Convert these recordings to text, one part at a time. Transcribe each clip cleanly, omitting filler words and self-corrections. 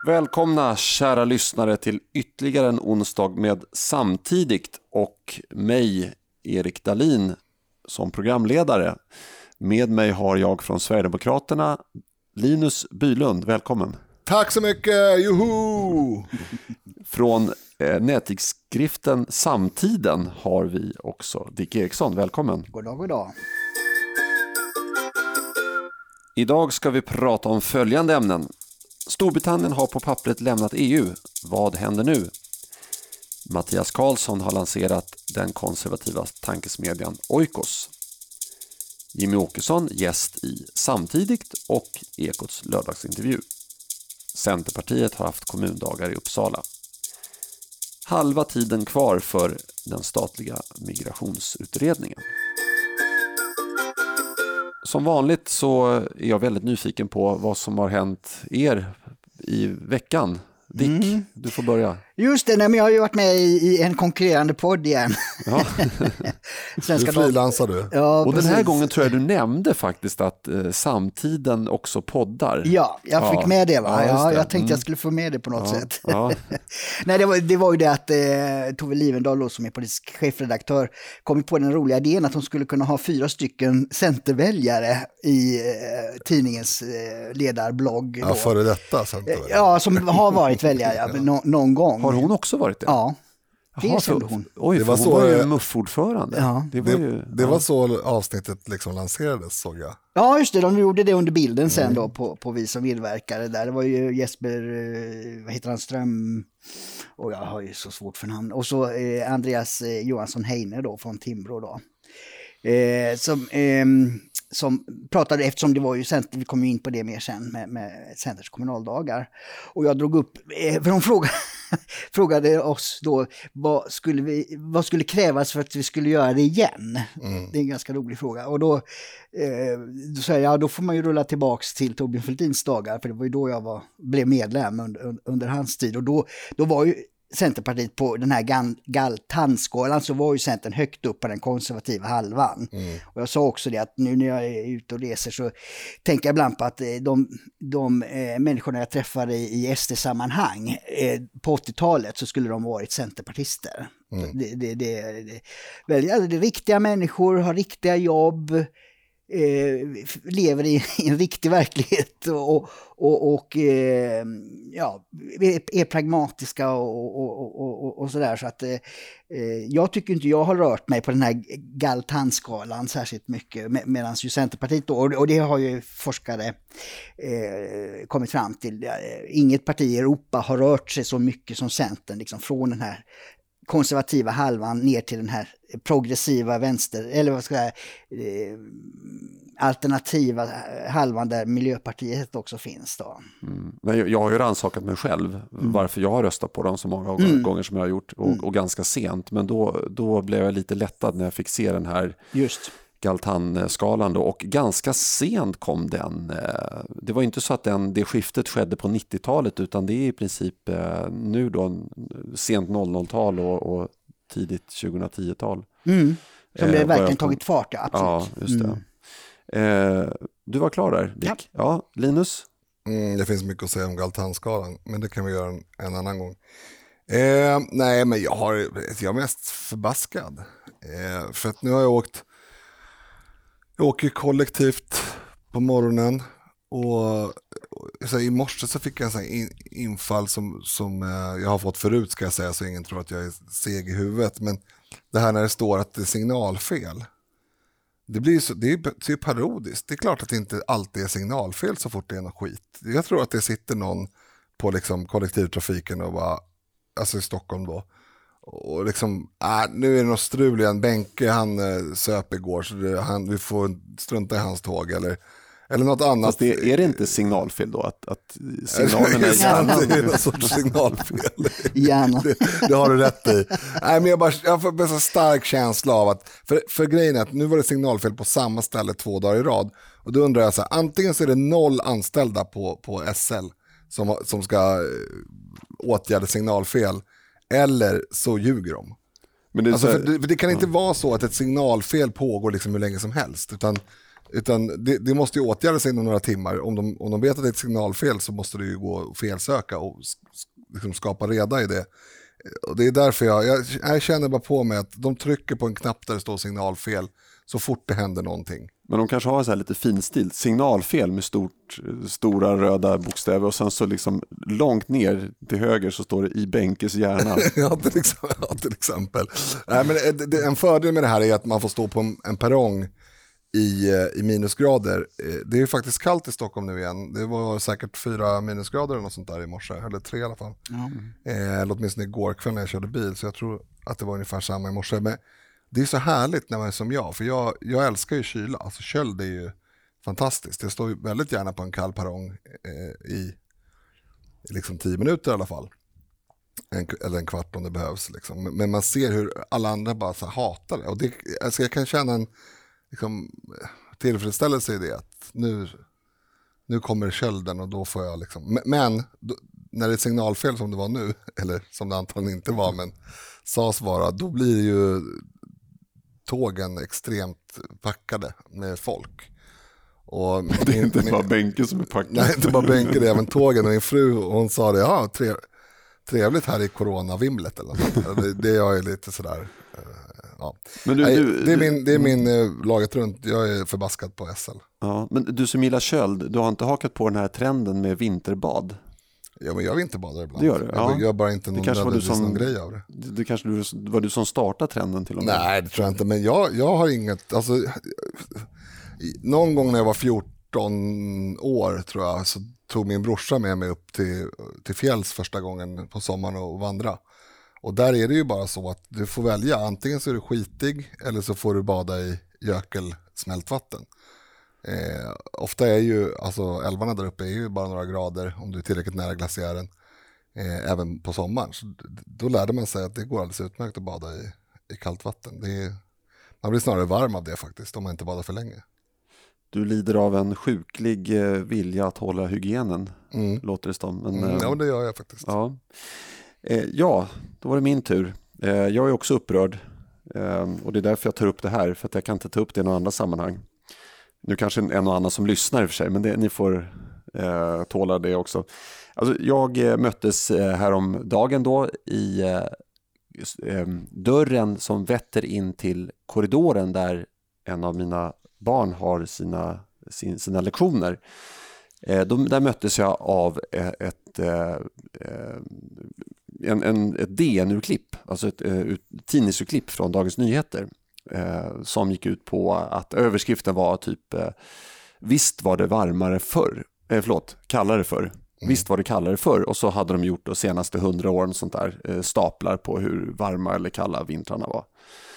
Välkomna kära lyssnare till ytterligare en onsdag med Samtidigt och mig, Erik Dahlin, som programledare. Med mig har jag från Sverigedemokraterna, Linus Bylund. Välkommen. Tack så mycket, juhu! Från nättidskriften Samtiden har vi också Dick Eriksson. Välkommen. God dag, god dag. Idag ska vi prata om följande ämnen. Storbritannien har på pappret lämnat EU. Vad händer nu? Mattias Karlsson har lanserat den konservativa tankesmedjan Oikos. Jimmy Åkesson gäst i Samtidigt och Ekots lördagsintervju. Centerpartiet har haft kommundagar i Uppsala. Halva tiden kvar för den statliga migrationsutredningen. Som vanligt så är jag väldigt nyfiken på vad som har hänt er i veckan. Dick, du får börja. Just det, men jag har ju varit med i en konkurrerande podd igen. Ja. Du frilansar du. Ja, och precis. den här gången tror jag du nämnde faktiskt att Samtiden också poddar. Ja, jag fick med det va? Ja, jag tänkte jag skulle få med det på något sätt. Ja. Nej, det var ju det att Tove Livendal då, som är politisk chefredaktör, kom på den roliga idén att hon skulle kunna ha 4 stycken centerväljare i tidningens ledarblogg. Ja, före detta centerväljare. Ja, som har varit väljare någon gång. Har hon också varit det? Ja. Jaha, oj, det var hon så, var ju muffordförande. Ja. Det var så avsnittet liksom lanserades, såg jag. Ja, just det. De gjorde det under bilden sen då på Vi som villverkare där. Det var ju Jesper, vad heter han, Ström... Och jag har ju så svårt för namn. Och så Andreas Johansson Heine då från Timbro då. Som pratade, eftersom det var ju Center, vi kom ju in på det mer sen med Centers kommunaldagar. Och jag drog upp, för de frågade oss då vad skulle krävas för att vi skulle göra det igen. Det är en ganska rolig fråga. Och då sa jag, ja, då får man ju rulla tillbaks till Torbjörn Fälldins dagar, för det var ju då jag blev medlem under hans tid. Och då var ju Centerpartiet på den här galtanskalan, så var ju Centern högt upp på den konservativa halvan. Och jag sa också det att nu när jag är ute och reser så tänker jag ibland på att de människorna jag träffade i SD-sammanhang på 80-talet så skulle de varit centerpartister. Det är riktiga människor, har riktiga jobb, lever i en riktig verklighet och är pragmatiska och sådär, så att jag tycker inte jag har rört mig på den här galtanskalan särskilt mycket, medan ju Centerpartiet då, och det har ju forskare kommit fram till, inget parti i Europa har rört sig så mycket som Centern, liksom från den här konservativa halvan ner till den här progressiva vänster, eller vad ska jag säga, alternativa halvan där Miljöpartiet också finns då. Men jag har ju rannsakat mig själv varför jag har röstat på dem så många gånger som jag har gjort och ganska sent, men då blev jag lite lättad när jag fick se den här Galtan-skalan då, och ganska sent kom den. Det var inte så att det skiftet skedde på 90-talet, utan det är i princip nu då sent 00-tal och tidigt 2010-tal. Som det verkligen tagit fart, ja, absolut. Ja, just det. Du var klar där, Dick. Ja, Linus? Det finns mycket att säga om Galtanskalan, men det kan vi göra en annan gång. Nej, men jag är mest förbaskad. För att nu har jag åker kollektivt på morgonen, och så i morse så fick jag en sån infall som jag har fått förut, ska jag säga, så ingen tror att jag är seg i huvudet, men det här när det står att det är signalfel, det är parodiskt. Det är klart att det inte alltid är signalfel så fort det är något skit. Jag tror att det sitter någon på liksom kollektivtrafiken och bara, alltså i Stockholm då, och liksom, nu är det något strul igen. Benke, han söp igår, så vi får strunta i hans tåg eller något annat. Fast är det inte signalfel då? Att signalerna är det är någon sorts signalfel. Gärna. Det har du rätt i. Nej, men jag får en så stark känsla av att, för grejen är att nu var det signalfel på samma ställe 2 dagar i rad. Och då undrar jag så här, antingen så är det 0 anställda på SL som ska åtgärda signalfel, eller så ljuger de. Men det, alltså, för det kan inte vara så att ett signalfel pågår liksom hur länge som helst, utan Utan det måste ju åtgärdas inom några timmar. Om de vet att det är ett signalfel så måste det ju gå och felsöka och liksom skapa reda i det. Och det är därför jag känner bara på mig att de trycker på en knapp där det står signalfel så fort det händer någonting. Men de kanske har så här lite finstilt signalfel med stora röda bokstäver och sen så liksom långt ner till höger så står det i Benkes hjärna. Ja, till exempel. Nej, men en fördel med det här är att man får stå på en perrong i minusgrader. Det är ju faktiskt kallt i Stockholm nu igen. Det var säkert 4 minusgrader eller något sånt där i morse. Eller 3 i alla fall. Eller åtminstone igår kväll när jag körde bil. Så jag tror att det var ungefär samma i morse. Men det är så härligt när man är som jag. För jag älskar ju kyla. Alltså köld är ju fantastiskt. Jag står ju väldigt gärna på en kall perrong i liksom 10 minuter i alla fall. Eller en kvart om det behövs. Liksom. Men man ser hur alla andra bara så hatar det. Och alltså jag kan känna en liksom, tillfredsställelse i det. Att nu kommer kölden och då får jag liksom... Men när det är signalfel som det var nu, eller som det antagligen inte var, men sades vara, då blir ju tågen extremt packade med folk. Och det är inte bara bänken som är packad. Nej, inte bara bänken, det är även tågen. Och min fru, hon sa det, ja, trevligt här i coronavimlet eller något. Det är jag lite sådär... Ja. Men det är min laget runt. Jag är förbaskad på SL. Ja, men du som gillar köld, du har inte hakat på den här trenden med vinterbad? Ja, men jag vinterbadar ibland. Det gör du? Ja. Jag gör bara inte någon grej av det. Det kanske var du som startade trenden till och med? Nej, det tror jag inte. Men jag har inget... Alltså, någon gång när jag var 14 år tror jag så tog min brorsa med mig upp till fjälls första gången på sommaren och vandra. Och där är det ju bara så att du får välja. Antingen så är du skitig eller så får du bada i smältvatten. Ofta är ju, alltså älvarna där uppe är ju bara några grader om du är tillräckligt nära glaciären. Även på sommaren. Så då lärde man sig att det går alldeles utmärkt att bada i kallt vatten. Man blir snarare varm av det faktiskt om man inte badar för länge. Du lider av en sjuklig vilja att hålla hygienen, låter det som. Men, ja, det gör jag faktiskt. Ja. Ja, då var det min tur. Jag är också upprörd och det är därför jag tar upp det här, för att jag kan inte ta upp det i några andra sammanhang. Nu kanske en och annan som lyssnar i och för sig, men ni får tåla det också. Alltså, jag möttes häromdagen då i dörren som vetter in till korridoren där en av mina barn har sina lektioner. Där möttes jag av ett DN-urklipp, alltså ett tidningsurklipp från Dagens Nyheter som gick ut på att överskriften var typ visst var det kallare förr. Visst var det kallare förr, och så hade de gjort de senaste 100 åren sånt där staplar på hur varma eller kalla vintrarna var.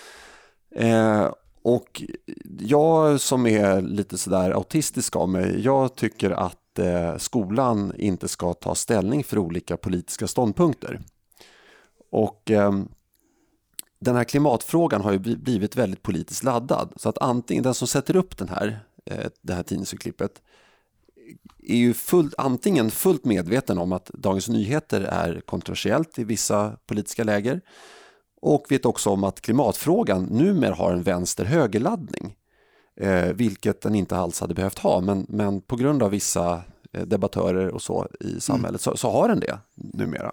Och jag som är lite sådär autistisk av mig, jag tycker att skolan inte ska ta ställning för olika politiska ståndpunkter. Och den här klimatfrågan har ju blivit väldigt politiskt laddad. Så att antingen den som sätter upp det här tidningsurklippet är ju antingen fullt medveten om att Dagens Nyheter är kontroversiellt i vissa politiska läger, och vet också om att klimatfrågan numera har en vänster-högerladdning, vilket den inte alls hade behövt ha, men på grund av vissa debattörer och så i samhället så har den det numera.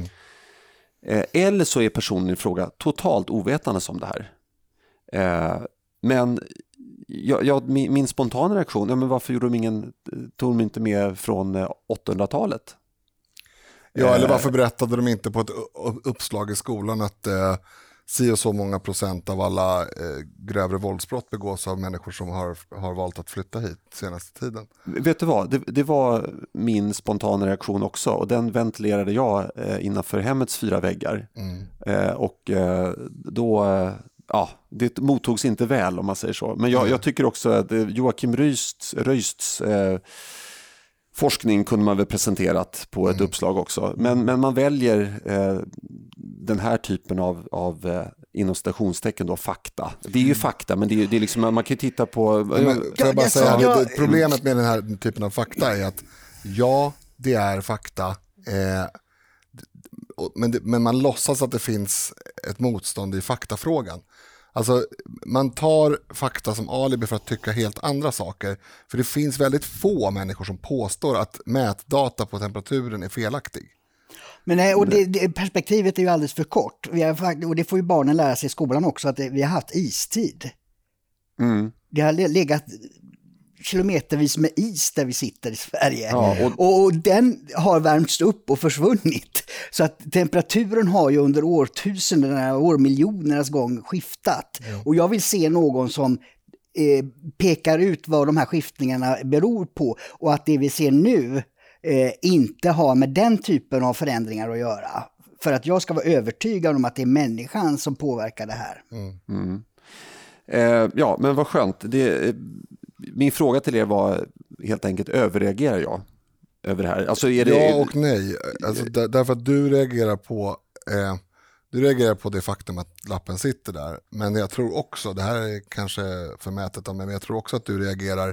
Eller så är personen i fråga totalt ovetande om det här. Men min spontana reaktion, men varför tog de inte med från 800-talet? Ja, eller varför berättade de inte på ett uppslag i skolan att si och så många procent av alla grövre våldsbrott begås av människor som har valt att flytta hit senaste tiden? Vet du vad? Det var min spontana reaktion också, och den ventilerade jag innanför hemmets 4 väggar. Och då... Ja, det mottogs inte väl om man säger så. Men jag tycker också att Joakim Röists forskning kunde man väl presenterat på ett uppslag också. Men man väljer den här typen av inom stationstecken då fakta. Det är ju fakta, men det är liksom, man kan ju titta på... Får jag bara säga, problemet med den här typen av fakta är att ja, det är fakta. Men man låtsas att det finns ett motstånd i faktafrågan. Alltså man tar fakta som alibi för att tycka helt andra saker. För det finns väldigt få människor som påstår att mätdata på temperaturen är felaktig. Men nej, och perspektivet är ju alldeles för kort. Och det får ju barnen lära sig i skolan också, att vi har haft istid. Det har legat kilometervis med is där vi sitter i Sverige. Ja, och den har värmts upp och försvunnit. Så att temperaturen har ju under årmiljonernas gång skiftat. Ja. Och jag vill se någon som pekar ut vad de här skiftningarna beror på. Och att det vi ser nu inte har med den typen av förändringar att göra. För att jag ska vara övertygad om att det är människan som påverkar det här. Ja, men vad skönt. Min fråga till er var helt enkelt, överreagerar jag över det här? Alltså är det... Ja och nej. Alltså, därför att du reagerar på det faktum att lappen sitter där. Men jag tror också, det här är kanske förmätet av mig, men jag tror också att du reagerar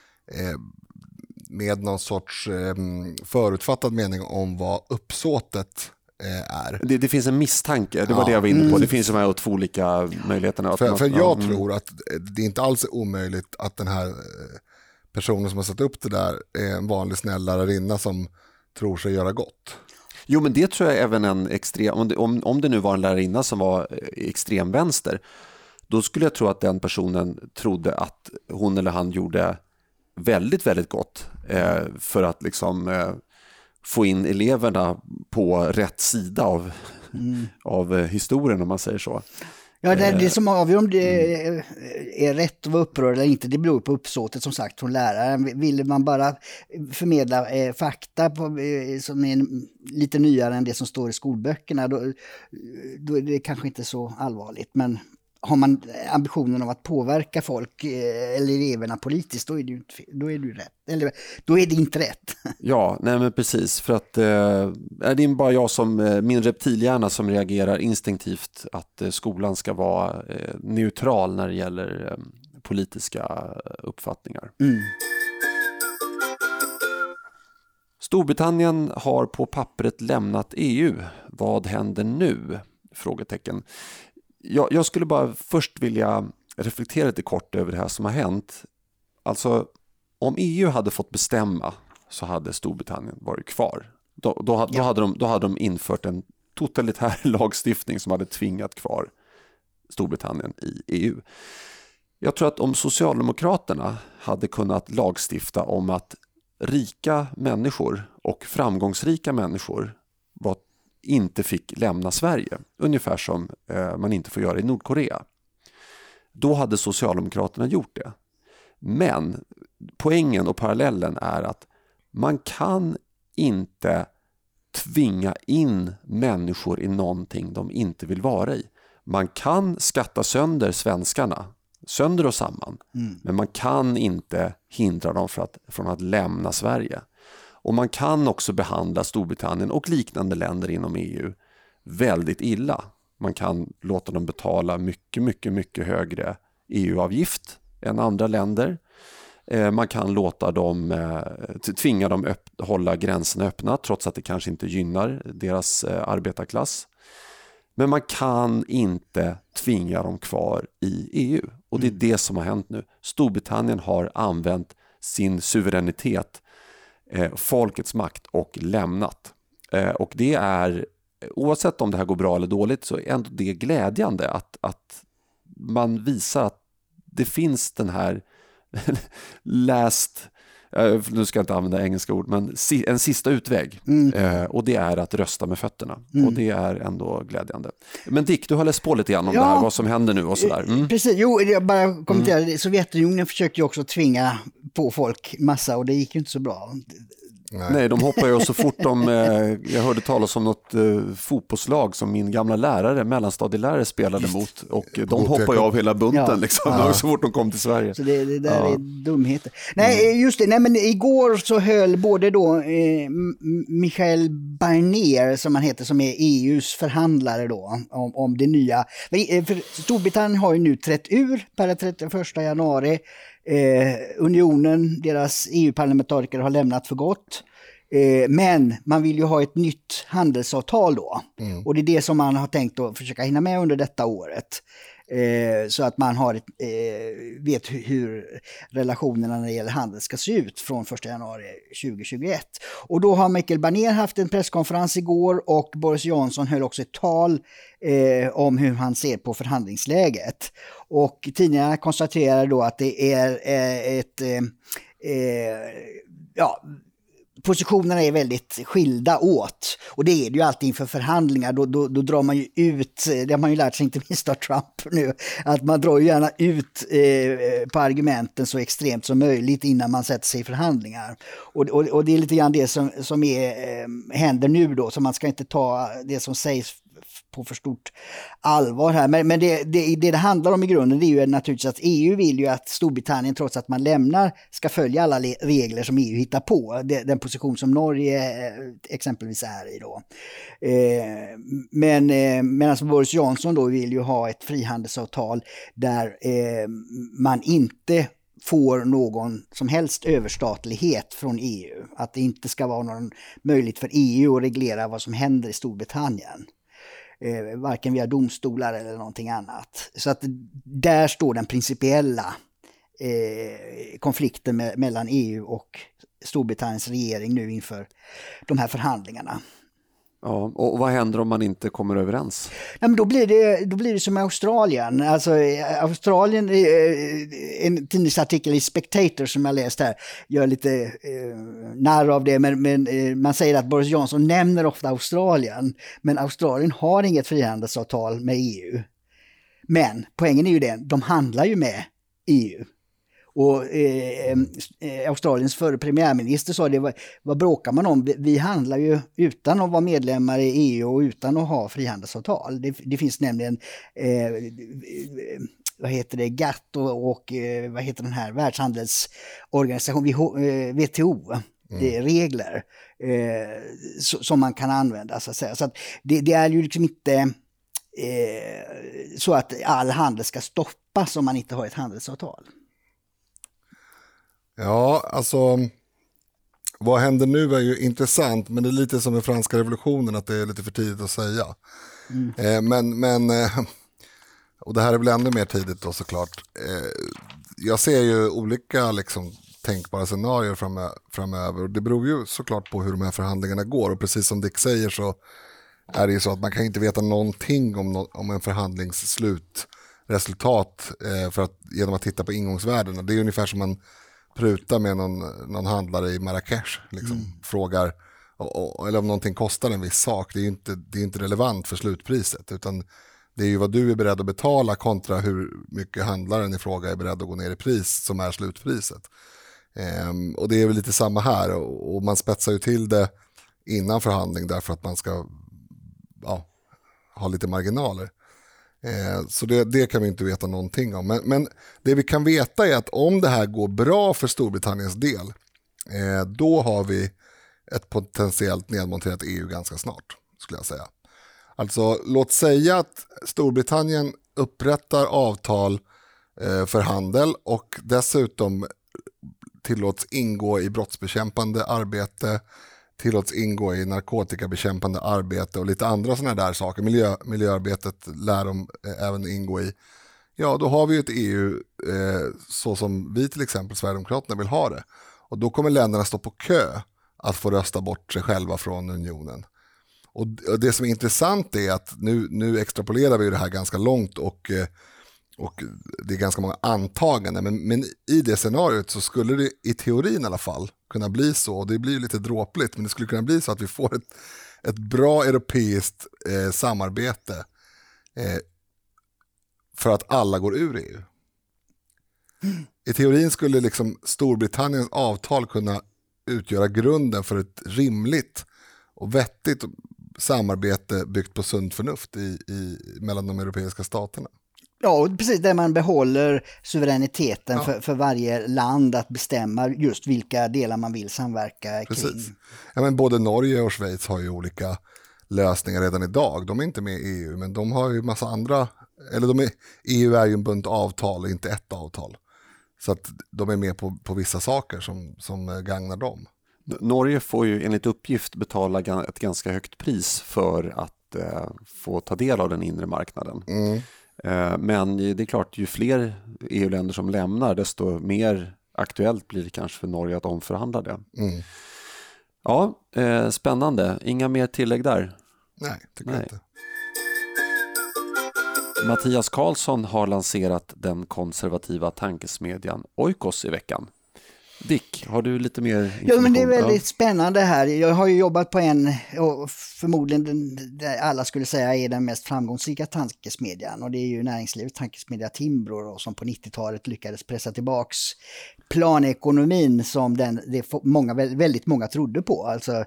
med någon sorts förutfattad mening om vad uppsåtet är. Det finns en misstanke, det var det jag var inne på. Det finns de här två olika möjligheterna. För jag tror att det inte alls är omöjligt att den här personen som har satt upp det där är en vanlig snäll lärarinna som tror sig göra gott. Jo, men det tror jag även en extrem... Om det nu var en lärarinna som var extremvänster, då skulle jag tro att den personen trodde att hon eller han gjorde väldigt, väldigt gott för att liksom... få in eleverna på rätt sida av historien, om man säger så. Ja, det som avgör om det är rätt att vara upprörd eller inte, det beror på uppsåtet som sagt från läraren. Vill man bara förmedla fakta som är lite nyare än det som står i skolböckerna, då är det kanske inte så allvarligt. Men har man ambitionen av att påverka folk eller eleverna politiskt, då är det ju rätt. Eller då är det inte rätt. Ja, nej men precis. För att det är bara jag som min reptilhjärna som reagerar instinktivt att skolan ska vara neutral när det gäller politiska uppfattningar. Storbritannien har på pappret lämnat EU. Vad händer nu? Frågetecken. Jag skulle bara först vilja reflektera lite kort över det här som har hänt. Alltså, om EU hade fått bestämma så hade Storbritannien varit kvar. Då hade de infört en totalitär lagstiftning som hade tvingat kvar Storbritannien i EU. Jag tror att om Socialdemokraterna hade kunnat lagstifta om att rika människor och framgångsrika människor inte fick lämna Sverige, ungefär som man inte får göra i Nordkorea, då hade Socialdemokraterna gjort det. Men poängen och parallellen är att man kan inte tvinga in människor i någonting de inte vill vara i. Man kan skatta sönder svenskarna, sönder och samman, men man kan inte hindra dem från att lämna Sverige. Och man kan också behandla Storbritannien och liknande länder inom EU väldigt illa. Man kan låta dem betala mycket, mycket, mycket högre EU-avgift än andra länder. Man kan låta dem, tvinga dem hålla gränserna öppna trots att det kanske inte gynnar deras arbetarklass. Men man kan inte tvinga dem kvar i EU. Och det är det som har hänt nu. Storbritannien har använt sin suveränitet, folkets makt, och lämnat. Och det är, oavsett om det här går bra eller dåligt, så är ändå det glädjande att man visar att det finns den här nu ska jag inte använda engelska ord, men en sista utväg. Och det är att rösta med fötterna. Och det är ändå glädjande. Men Dick, du har läst på lite grann om det här, vad som händer nu och sådär. Precis, jag bara kommenterade. Sovjetunionen försökte ju också tvinga på folk massa, och det gick ju inte så bra. Nej, de hoppar ju så fort jag hörde talas om något fotbollslag som min gamla lärare, mellanstadielärare, spelade mot, och de hoppar ju av hela bunten liksom, så fort de kom till Sverige. Så det där är dumheter. Nej, just det. Nej, men igår så höll både då Michel Barnier, som han heter, som är EUs förhandlare då, om det nya. För Storbritannien har ju nu trätt ur per 31 januari. Unionen, deras EU-parlamentariker har lämnat för gott. Men man vill ju ha ett nytt handelsavtal då. Och det är det som man har tänkt att försöka hinna med under detta året. Så att man har vet hur relationerna när det gäller handel ska se ut från 1 januari 2021. Och då har Michael Barnier haft en presskonferens igår och Boris Johnson höll också ett tal om hur han ser på förhandlingsläget. Och tidningarna konstaterar då att det är positionerna är väldigt skilda åt, och det är det ju alltid inför förhandlingar. Då drar man ju ut, det har man ju lärt sig inte minst av Trump nu, att man drar ju gärna ut på argumenten så extremt som möjligt innan man sätter sig i förhandlingar. Och det är lite grann det som händer nu då, så man ska inte ta det som sägs på för stort allvar här. Men det handlar om i grunden, det är ju naturligtvis att EU vill ju att Storbritannien, trots att man lämnar, ska följa alla regler som EU hittar på. Den position som Norge exempelvis är i då. Men alltså Boris Johnson då vill ju ha ett frihandelsavtal där man inte får någon som helst överstatlighet från EU. Att det inte ska vara någon möjlighet för EU att reglera vad som händer i Storbritannien. Varken via domstolar eller någonting annat. Så att där står den principiella konflikten mellan EU och Storbritanniens regering nu inför de här förhandlingarna. Ja, och vad händer om man inte kommer överens? Nej, men då blir det som i Australien. Alltså Australien, en tidningsartikel i Spectator som jag läst här, gör lite narr av det, men man säger att Boris Johnson nämner ofta Australien, men Australien har inget frihandelsavtal med EU. Men poängen är ju den, de handlar ju med EU. Och Australiens förre premiärminister sa det, vad bråkar man om? Vi handlar ju utan att vara medlemmar i EU och utan att ha frihandelsavtal. Det finns nämligen GATT och vad heter den här världshandelsorganisationen, WTO. Det är regler som man kan använda så att säga. Så att det är ju liksom inte så att all handel ska stoppas om man inte har ett handelsavtal. Ja, alltså vad händer nu är ju intressant, men det är lite som i franska revolutionen att det är lite för tidigt att säga. Men och det här är väl ännu mer tidigt då såklart. Jag ser ju olika liksom tänkbara scenarier framöver, och det beror ju såklart på hur de här förhandlingarna går, och precis som Dick säger så är det ju så att man kan inte veta någonting om en förhandlingsslutresultat genom att titta på ingångsvärdena. Det är ungefär som man prutar med någon handlare i Marrakesh liksom, frågar eller om någonting kostar en viss sak. Det är inte relevant för slutpriset, utan det är ju vad du är beredd att betala kontra hur mycket handlaren i fråga är beredd att gå ner i pris som är slutpriset. Och det är väl lite samma här, och man spetsar ju till det innan förhandling därför att man ska ha lite marginaler. Så det kan vi inte veta någonting om. Men det vi kan veta är att om det här går bra för Storbritanniens del, då har vi ett potentiellt nedmonterat EU ganska snart, skulle jag säga. Alltså låt säga att Storbritannien upprättar avtal för handel och dessutom tillåts ingå i brottsbekämpande arbete, tillåts ingå i narkotikabekämpande arbete och lite andra sådana där saker. Miljöarbetet lär de även ingå i. Ja, då har vi ju ett EU så som vi till exempel Sverigedemokraterna vill ha det. Och då kommer länderna stå på kö att få rösta bort sig själva från unionen. Och det som är intressant är att nu extrapolerar vi det här ganska långt och det är ganska många antaganden. Men i det scenariot så skulle det i teorin i alla fall kunna bli så, och det blir lite dråpligt, men det skulle kunna bli så att vi får ett bra europeiskt samarbete för att alla går ur EU. I teorin skulle liksom Storbritanniens avtal kunna utgöra grunden för ett rimligt och vettigt samarbete byggt på sunt förnuft mellan de europeiska staterna. Ja, precis, där man behåller suveräniteten för varje land att bestämma just vilka delar man vill samverka kring. Ja, men både Norge och Schweiz har ju olika lösningar redan idag. De är inte med i EU, men de har ju massa andra, eller EU är ju en bunt avtal, inte ett avtal. Så att de är med på vissa saker som gagnar dem. Norge får ju enligt uppgift betala ett ganska högt pris för att få ta del av den inre marknaden. Men det är klart, ju fler EU-länder som lämnar, desto mer aktuellt blir det kanske för Norge att omförhandla det. Ja, spännande. Inga mer tillägg där? Nej, tycker jag inte. Mattias Karlsson har lanserat den konservativa tankesmedjan Oikos i veckan. Dick, har du lite mer information? Ja, men det är väldigt spännande här. Jag har ju jobbat på en, och förmodligen där alla skulle säga är den mest framgångsrika tankesmedjan, och det är ju näringslivets tankesmedja Timbro då, som på 90-talet lyckades pressa tillbaks planekonomin som väldigt många trodde på. Alltså,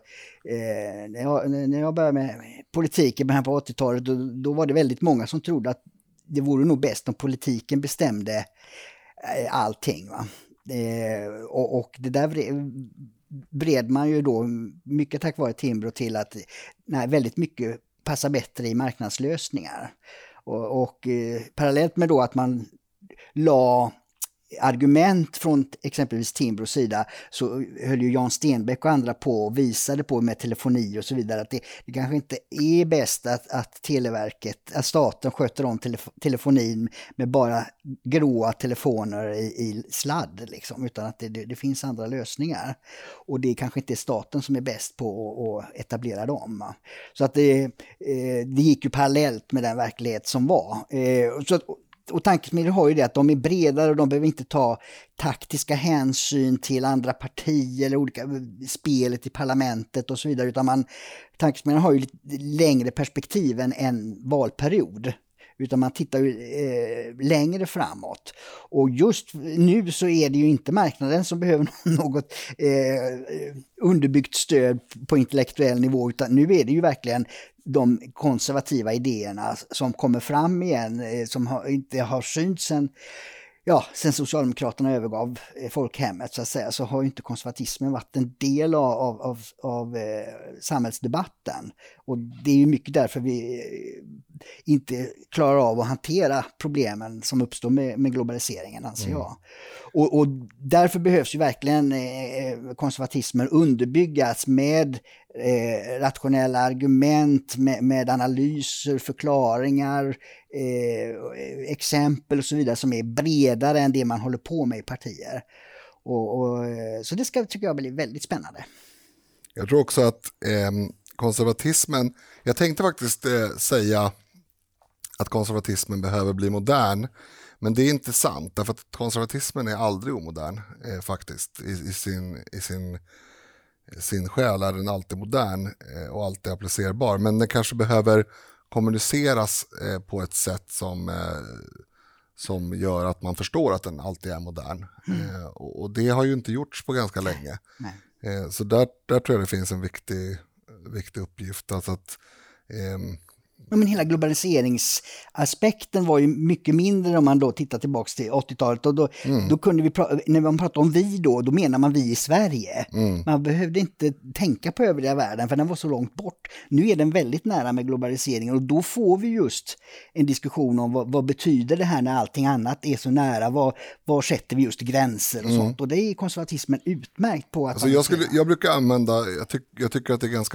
när jag började med politiken på 80-talet, då var det väldigt många som trodde att det vore nog bäst om politiken bestämde allting, va? Och det där bred man ju då mycket tack vare Timbro till att väldigt mycket passar bättre i marknadslösningar. Och parallellt med då att man la argument från exempelvis Timbros sida, så höll ju Jan Stenbeck och andra på och visade på med telefoni och så vidare att det kanske inte är bäst att att staten sköter om telefonin med bara gråa telefoner i sladd liksom, utan att det finns andra lösningar, och det kanske inte är staten som är bäst på att etablera dem. Så att det gick ju parallellt med den verklighet som var. Och tankesmedjor har ju det att de är bredare och de behöver inte ta taktiska hänsyn till andra partier eller olika spelet i parlamentet och så vidare, utan tankesmedjorna har ju lite längre perspektiv än en valperiod, utan man tittar ju längre framåt. Och just nu så är det ju inte marknaden som behöver något underbyggt stöd på intellektuell nivå, utan nu är det ju verkligen de konservativa idéerna som kommer fram igen, som inte har synts sen Socialdemokraterna övergav folkhemmet, så att säga, så har ju inte konservatismen varit en del av samhällsdebatten. Och det är ju mycket därför vi inte klarar av att hantera problemen som uppstår med globaliseringen, anser jag. Och därför behövs ju verkligen konservatismen underbyggas med rationella argument, med analyser, förklaringar, exempel och så vidare som är bredare än det man håller på med i partier. Så det tycker jag blir väldigt spännande. Jag tror också att konservatismen, jag tänkte faktiskt säga att konservatismen behöver bli modern, men det är inte sant, därför att konservatismen är aldrig omodern faktiskt. I sin själ är den alltid modern och alltid applicerbar, men den kanske behöver kommuniceras på ett sätt som gör att man förstår att den alltid är modern. Och det har ju inte gjorts på ganska länge. Så där tror jag det finns en viktig uppgift. Alltså att men hela globaliseringsaspekten var ju mycket mindre om man då tittar tillbaka till 80-talet. Och då kunde vi när man pratar om vi då menar man vi i Sverige. Man behövde inte tänka på övriga världen för den var så långt bort. Nu är den väldigt nära med globaliseringen, och då får vi just en diskussion om vad betyder det här när allting annat är så nära. Var sätter vi just gränser och sånt. Och det är konservatismen utmärkt på att... Alltså jag brukar använda, jag tycker att det är ganska...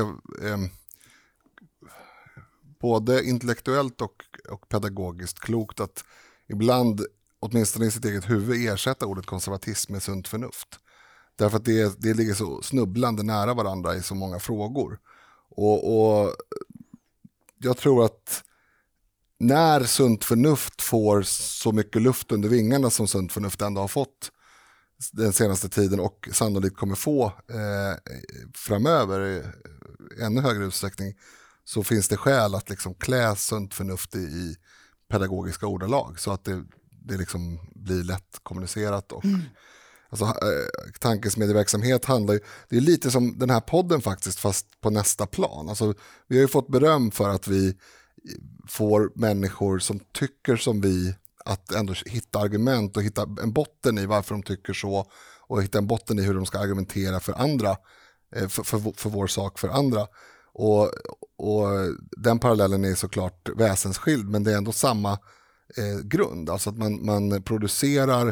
både intellektuellt och pedagogiskt klokt att ibland, åtminstone i sitt eget huvud, ersätta ordet konservatism med sunt förnuft. Därför att det ligger så snubblande nära varandra i så många frågor. Och jag tror att när sunt förnuft får så mycket luft under vingarna som sunt förnuft ändå har fått den senaste tiden och sannolikt kommer få framöver i ännu högre utsträckning, så finns det skäl att liksom klä sunt förnuft i pedagogiska ordalag så att det liksom blir lätt kommunicerat. Och, alltså, tankesmedjeverksamhet handlar ju, det är lite som den här podden faktiskt, fast på nästa plan. Alltså, vi har ju fått beröm för att vi får människor som tycker som vi att ändå hitta argument och hitta en botten i varför de tycker så, och hitta en botten i hur de ska argumentera för andra, för vår sak för andra. Och den parallellen är såklart väsensskild, men det är ändå samma grund. Alltså att man producerar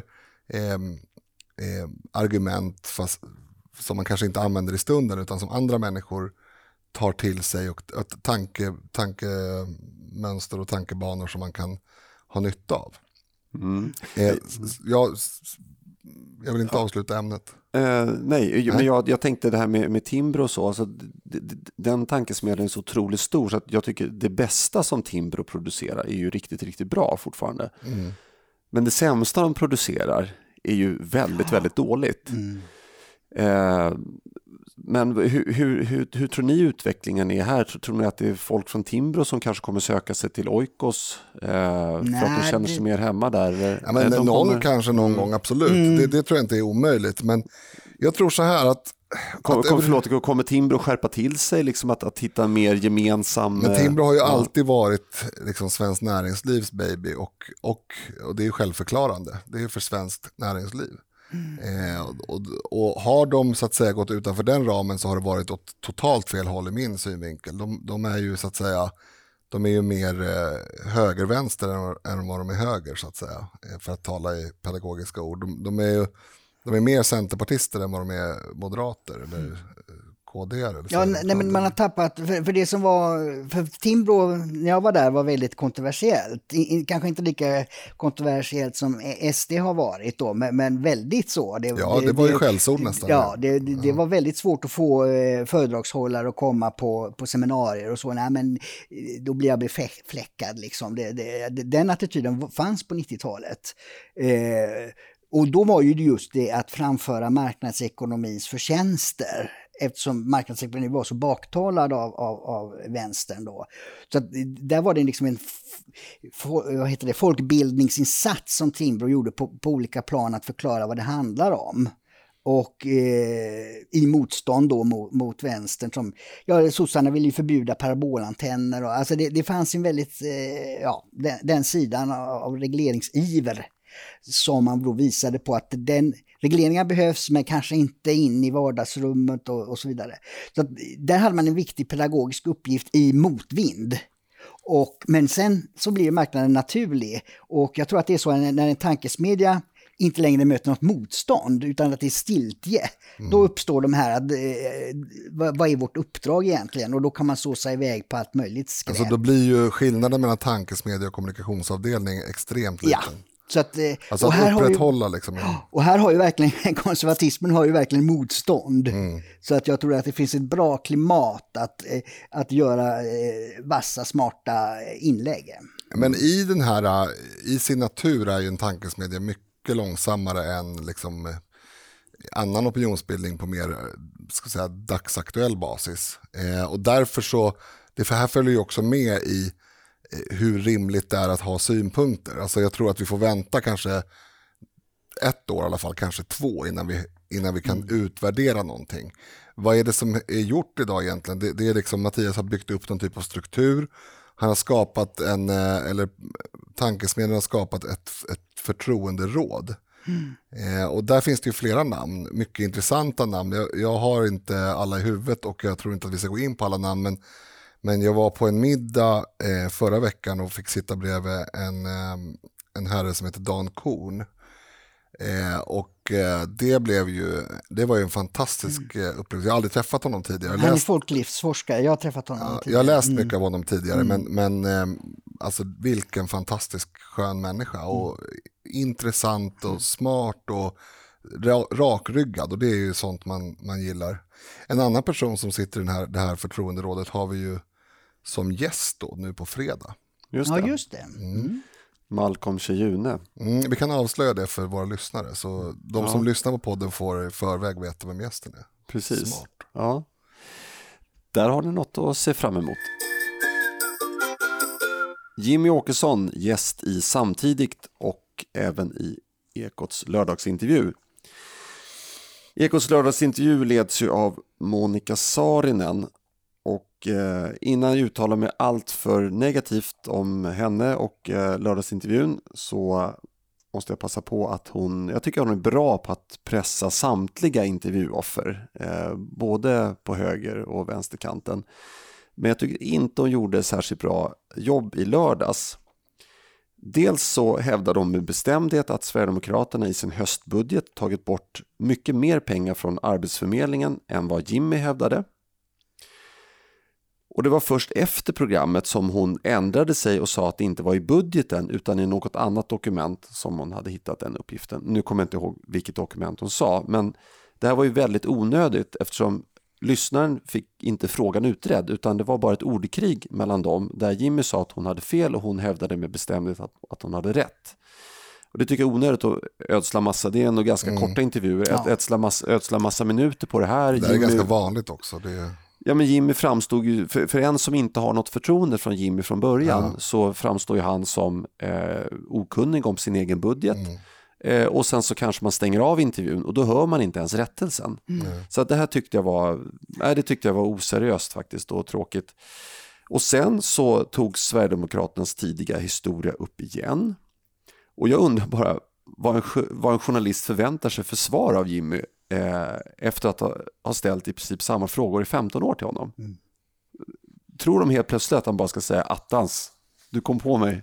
argument fast, som man kanske inte använder i stunden utan som andra människor tar till sig, och tankemönster och tankebanor som man kan ha nytta av. Jag vill inte avsluta ämnet. Nej, men jag tänkte det här med Timbro och så. Alltså, den tankesmedjan är så otroligt stor så att jag tycker det bästa som Timbro producerar är ju riktigt, riktigt bra fortfarande. Men det sämsta de producerar är ju väldigt, väldigt dåligt. Men hur tror ni utvecklingen är här? Tror ni att det är folk från Timbro som kanske kommer söka sig till Oikos för att de känner sig mer hemma där? Ja, men någon kanske någon gång, absolut. Det tror jag inte är omöjligt. Men jag tror så här att... Kommer Timbro skärpa till sig liksom att hitta mer gemensam... Men Timbro har ju alltid varit liksom svensk näringslivs baby och det är ju självförklarande. Det är för svenskt näringsliv. Och har de så att säga gått utanför den ramen så har det varit åt totalt fel håll i min synvinkel. De är ju så att säga, de är ju mer högervänster än vad de är höger så att säga, för att tala i pedagogiska ord. De är mer centerpartister än vad de är moderater eller KD-are. Ja, nej, men man har tappat, för det som var, för Timbro när jag var där var väldigt kontroversiellt. Kanske inte lika kontroversiellt som SD har varit då, men väldigt så. Det var ju skällsord nästan. Ja, det var väldigt svårt att få föredragshållare att komma på seminarier och så. Nej, men då blir jag befläckad liksom. Den attityden fanns på 90-talet. Och då var ju just det att framföra marknadsekonomins förtjänster, eftersom marknadsekonomin var så baktalad av vänstern då. Så att där var det liksom en folkbildningsinsats som Timbro gjorde på olika plan att förklara vad det handlar om. Och i motstånd då mot vänstern som, sossarna ville ju förbjuda parabolantenner och alltså det fanns en väldigt, den sidan av regleringsiver som man då visade på att regleringar behövs men kanske inte in i vardagsrummet och så vidare. Så att där hade man en viktig pedagogisk uppgift i motvind. Men sen så blir marknaden naturlig och jag tror att det är så när en tankesmedja inte längre möter något motstånd utan att det är stiltje. Då uppstår de här, vad är vårt uppdrag egentligen? Och då kan man så sig iväg på allt möjligt skräp. Alltså då blir ju skillnaden mellan tankesmedja och kommunikationsavdelning extremt liten. Ja. Så att, alltså att upprätthålla liksom. Och här har ju verkligen konservatismen har ju verkligen motstånd. Så att jag tror att det finns ett bra klimat att göra vassa, smarta inlägg. Men i sin natur är ju en tankesmedja mycket långsammare än liksom annan opinionsbildning på mer dagsaktuell basis. Och därför så, för här följer ju också med i hur rimligt det är att ha synpunkter. Alltså jag tror att vi får vänta kanske 1 år i alla fall, kanske 2 innan vi kan utvärdera någonting. Vad är det som är gjort idag egentligen? Det är liksom Mattias har byggt upp någon typ av struktur. Han har skapat tankesmedjan har skapat ett förtroenderåd. Och där finns det ju flera namn, mycket intressanta namn. Jag har inte alla i huvudet och jag tror inte att vi ska gå in på alla namn, men jag var på en middag förra veckan och fick sitta bredvid en herre som heter Dan Korn. Det var ju en fantastisk upplevelse. Jag har aldrig träffat honom tidigare. Han är folklivsforskare, jag har träffat honom tidigare. Jag har läst mycket av honom tidigare, men alltså vilken fantastisk skön människa och intressant och smart och rakryggad, och det är ju sånt man gillar. En annan person som sitter i det här förtroenderådet har vi ju som gäst då nu på fredag. Just det. Malcolm Tjejune. Vi kan avslöja det för våra lyssnare, så de som lyssnar på podden får i förväg veta vem gästen är. Precis. Smart. Ja. Där har ni något att se fram emot. Jimmy Åkesson, gäst i Samtidigt och även i Ekots lördagsintervju. Ekots lördagsintervju leds ju av Monica Saarinen, och innan jag uttalar mig allt för negativt om henne och lördagsintervjun så måste jag passa på att jag tycker hon är bra på att pressa samtliga intervjuoffer, både på höger- och vänsterkanten. Men jag tycker inte hon gjorde särskilt bra jobb i lördags. Dels så hävdar de med bestämdhet att Sverigedemokraterna i sin höstbudget tagit bort mycket mer pengar från Arbetsförmedlingen än vad Jimmy hävdade. Och det var först efter programmet som hon ändrade sig och sa att det inte var i budgeten utan i något annat dokument som hon hade hittat den uppgiften. Nu kommer jag inte ihåg vilket dokument hon sa, men det här var ju väldigt onödigt eftersom lyssnaren fick inte frågan utredd utan det var bara ett ordkrig mellan dem där Jimmy sa att hon hade fel och hon hävdade med bestämdhet att hon hade rätt. Och det tycker jag är onödigt att ödsla massa, det är ändå ganska korta intervjuer, ödsla massa minuter på det här. Det är ganska vanligt också. Ja, men Jimmy framstod ju, för en som inte har något förtroende från Jimmy från början så framstår ju han som okunnig om sin egen budget. Och sen så kanske man stänger av intervjun och då hör man inte ens rättelsen. Så att det här tyckte jag var oseriöst faktiskt och tråkigt. Och sen så tog Sverigedemokraternas tidiga historia upp igen. Och jag undrar bara vad en journalist förväntar sig för svar av Jimmy efter att ha ställt i princip samma frågor i 15 år till honom. Tror de helt plötsligt att han bara ska säga attans, du kom på mig.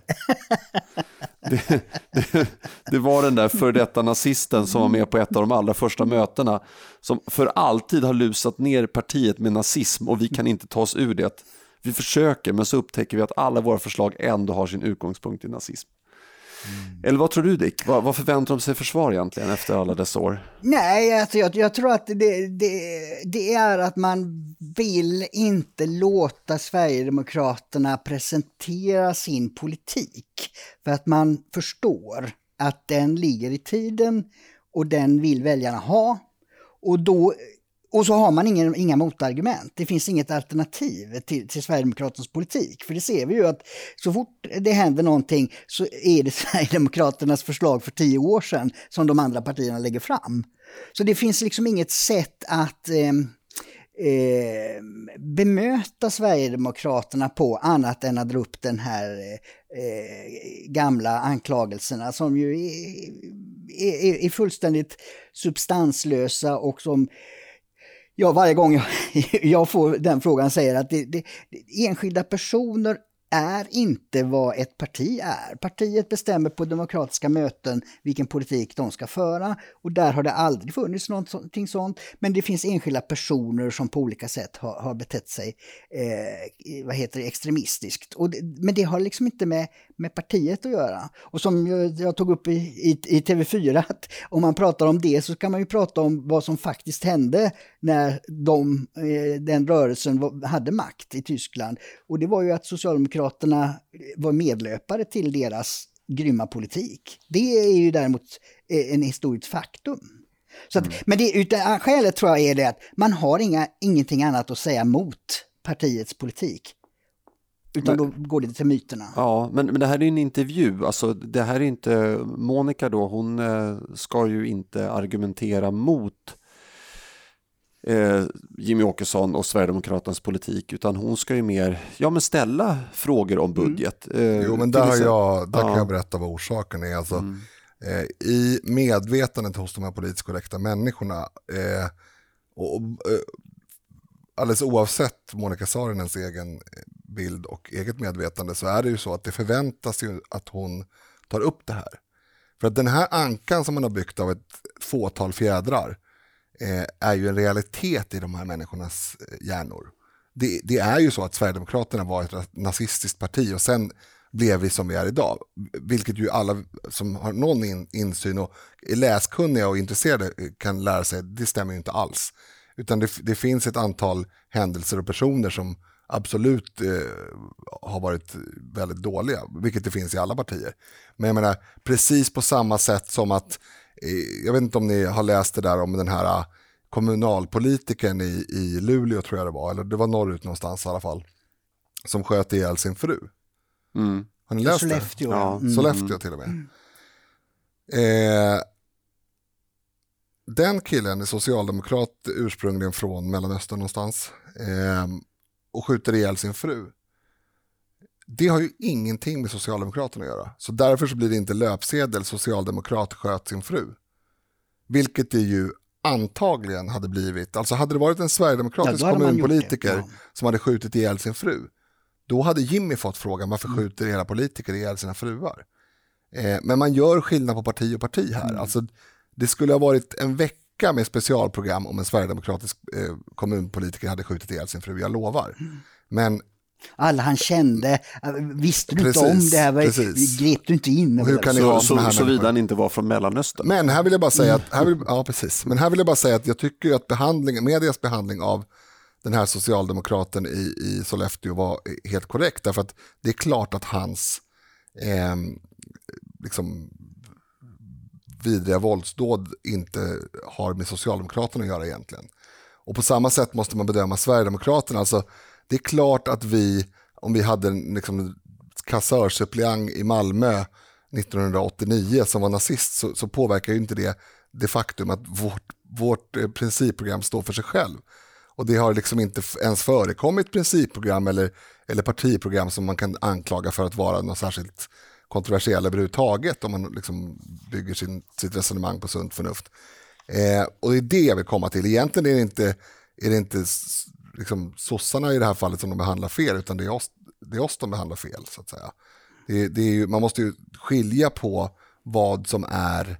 Det var den där för detta nazisten som var med på ett av de allra första mötena som för alltid har lusat ner partiet med nazism och vi kan inte ta oss ur det. Vi försöker men så upptäcker vi att alla våra förslag ändå har sin utgångspunkt i nazism. Eller vad tror du, Dick? Vad förväntar de sig för svar egentligen efter alla dessa år? Nej, alltså jag tror att det är att man vill inte låta Sverigedemokraterna presentera sin politik. För att man förstår att den ligger i tiden och den vill väljarna ha. Och så har man inga motargument. Det finns inget alternativ till Sverigedemokraternas politik. För det ser vi ju att så fort det händer någonting så är det Sverigedemokraternas förslag för 10 år sedan som de andra partierna lägger fram. Så det finns liksom inget sätt att bemöta Sverigedemokraterna på annat än att dra upp den här gamla anklagelserna som ju är fullständigt substanslösa och som varje gång jag får den frågan säger att enskilda personer är inte vad ett parti är. Partiet bestämmer på demokratiska möten vilken politik de ska föra och där har det aldrig funnits någonting sånt. Men det finns enskilda personer som på olika sätt har betett sig extremistiskt. Men det har liksom inte med partiet att göra. Och som jag tog upp i TV4 att om man pratar om det så kan man ju prata om vad som faktiskt hände när den rörelsen hade makt i Tyskland. Och det var ju att Socialdemokraterna var medlöpare till deras grymma politik. Det är ju däremot en historiskt faktum. Så att, men skälet tror jag är det att man har ingenting annat att säga mot partiets politik. Utan då går det till myterna. Ja, men det här är ju en intervju. Alltså, det här är inte Monica då. Hon ska ju inte argumentera mot Jimmy Åkesson och Sverigedemokraternas politik utan hon ska ju mer ställa frågor om budget. Jo, men där kan jag berätta vad orsaken är. Alltså, i medvetandet hos de här politiskt korrekta människorna alldeles oavsett Monica Saarinens egen bild och eget medvetande så är det ju så att det förväntas ju att hon tar upp det här. För att den här ankan som man har byggt av ett fåtal fjädrar är ju en realitet i de här människornas hjärnor. Det är ju så att Sverigedemokraterna var ett nazistiskt parti och sen blev vi som vi är idag. Vilket ju alla som har någon insyn och är läskunniga och intresserade kan lära sig, det stämmer ju inte alls. Utan det finns ett antal händelser och personer som absolut har varit väldigt dåliga, vilket det finns i alla partier. Men jag menar, precis på samma sätt som att jag vet inte om ni har läst det där om den här kommunalpolitiken i Luleå tror jag det var, eller det var norrut någonstans i alla fall, som sköt ihjäl sin fru. Har ni läst Sollefteå, det? ja. Sollefteå till och med. Den killen är socialdemokrat ursprungligen från Mellanöstern någonstans och skjuter ihjäl sin fru. Det har ju ingenting med Socialdemokraterna att göra. Så därför så blir det inte löpsedel socialdemokrat sköt sin fru. Vilket det ju antagligen hade blivit. Alltså hade det varit en sverigedemokratisk kommunpolitiker som hade skjutit ihjäl sin fru. Då hade Jimmy fått frågan varför skjuter era politiker ihjäl sina fruar. Men man gör skillnad på parti och parti här. Alltså det skulle ha varit en vecka med specialprogram om en sverigedemokratisk kommunpolitiker hade skjutit ihjäl sin fru, jag lovar. Men Alla han kände, visste du inte om det här, grep du inte in. Och hur kan ni ha såvida han inte var från Mellanöstern. Men här vill jag bara säga men här vill jag bara säga att jag tycker att medias behandling av den här socialdemokraten i Sollefteå var helt korrekt. Därför att det är klart att hans liksom vidriga våldsdåd inte har med Socialdemokraterna att göra egentligen. Och på samma sätt måste man bedöma Sverigedemokraterna. Alltså, det är klart att om vi hade en liksom, kassörsuppleant i Malmö 1989 som var nazist så påverkar ju inte det faktum att vårt principprogram står för sig själv. Och det har liksom inte ens förekommit principprogram eller partiprogram som man kan anklaga för att vara något särskilt kontroversiella överhuvudtaget om man liksom bygger sitt resonemang på sunt förnuft. Och det är det jag vill komma till. Egentligen är det inte liksom sossarna i det här fallet som de behandlar fel, utan det är oss de behandlar fel, så att säga. Det är ju, man måste ju skilja på vad som är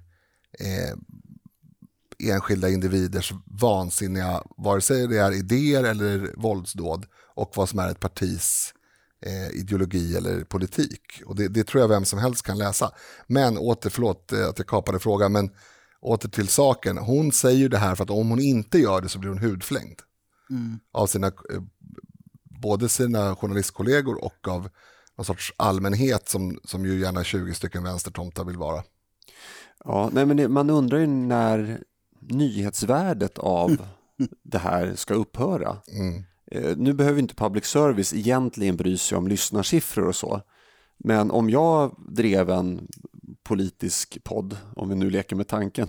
enskilda individers vansinniga, vare sig det är idéer eller våldsdåd, och vad som är ett partis ideologi eller politik. Och det tror jag vem som helst kan läsa. Men förlåt att jag kapade frågan, men åter till saken. Hon säger ju det här för att om hon inte gör det så blir hon hudflängd. Av både sina journalistkollegor och av någon sorts allmänhet som ju gärna 20 stycken vänstertomtar vill vara. Ja, nej, men man undrar ju när nyhetsvärdet av det här ska upphöra. Nu behöver inte public service egentligen bry sig om lyssnarsiffror och så. Men om jag drev en politisk podd, om vi nu leker med tanken,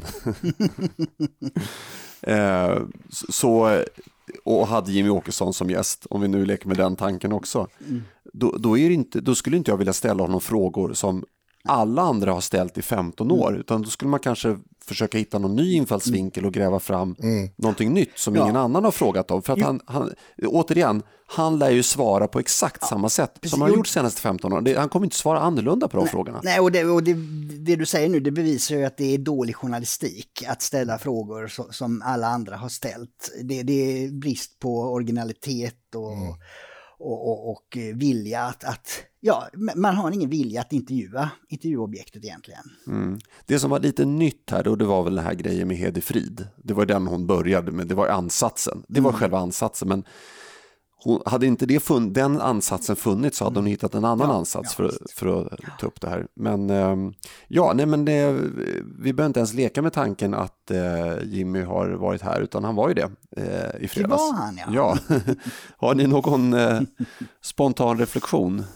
och hade Jimmy Åkesson som gäst, om vi nu leker med den tanken också, då skulle inte jag vilja ställa honom frågor som alla andra har ställt i 15 år, utan då skulle man kanske försöka hitta någon ny infallsvinkel och gräva fram någonting nytt som ingen annan har frågat om. För att han lär ju svara på exakt samma sätt som han har gjort senaste 15 år. Han kommer inte svara annorlunda på de frågorna. Nej, och det du säger nu, det bevisar ju att det är dålig journalistik att ställa frågor som alla andra har ställt. Det är brist på originalitet och vilja att man har ingen vilja att intervjuobjektet egentligen. Det som var lite nytt här då, det var väl den här grejen med Hedi Frid. Det var den hon började med, det var ansatsen. Det var själva ansatsen, men hade inte den ansatsen funnits så hade hon hittat en annan ansats för att ta upp det här. Men vi behöver inte ens leka med tanken att Jimmy har varit här, utan han var ju det i fredags. Det var han, ja. Har ni någon spontan reflektion?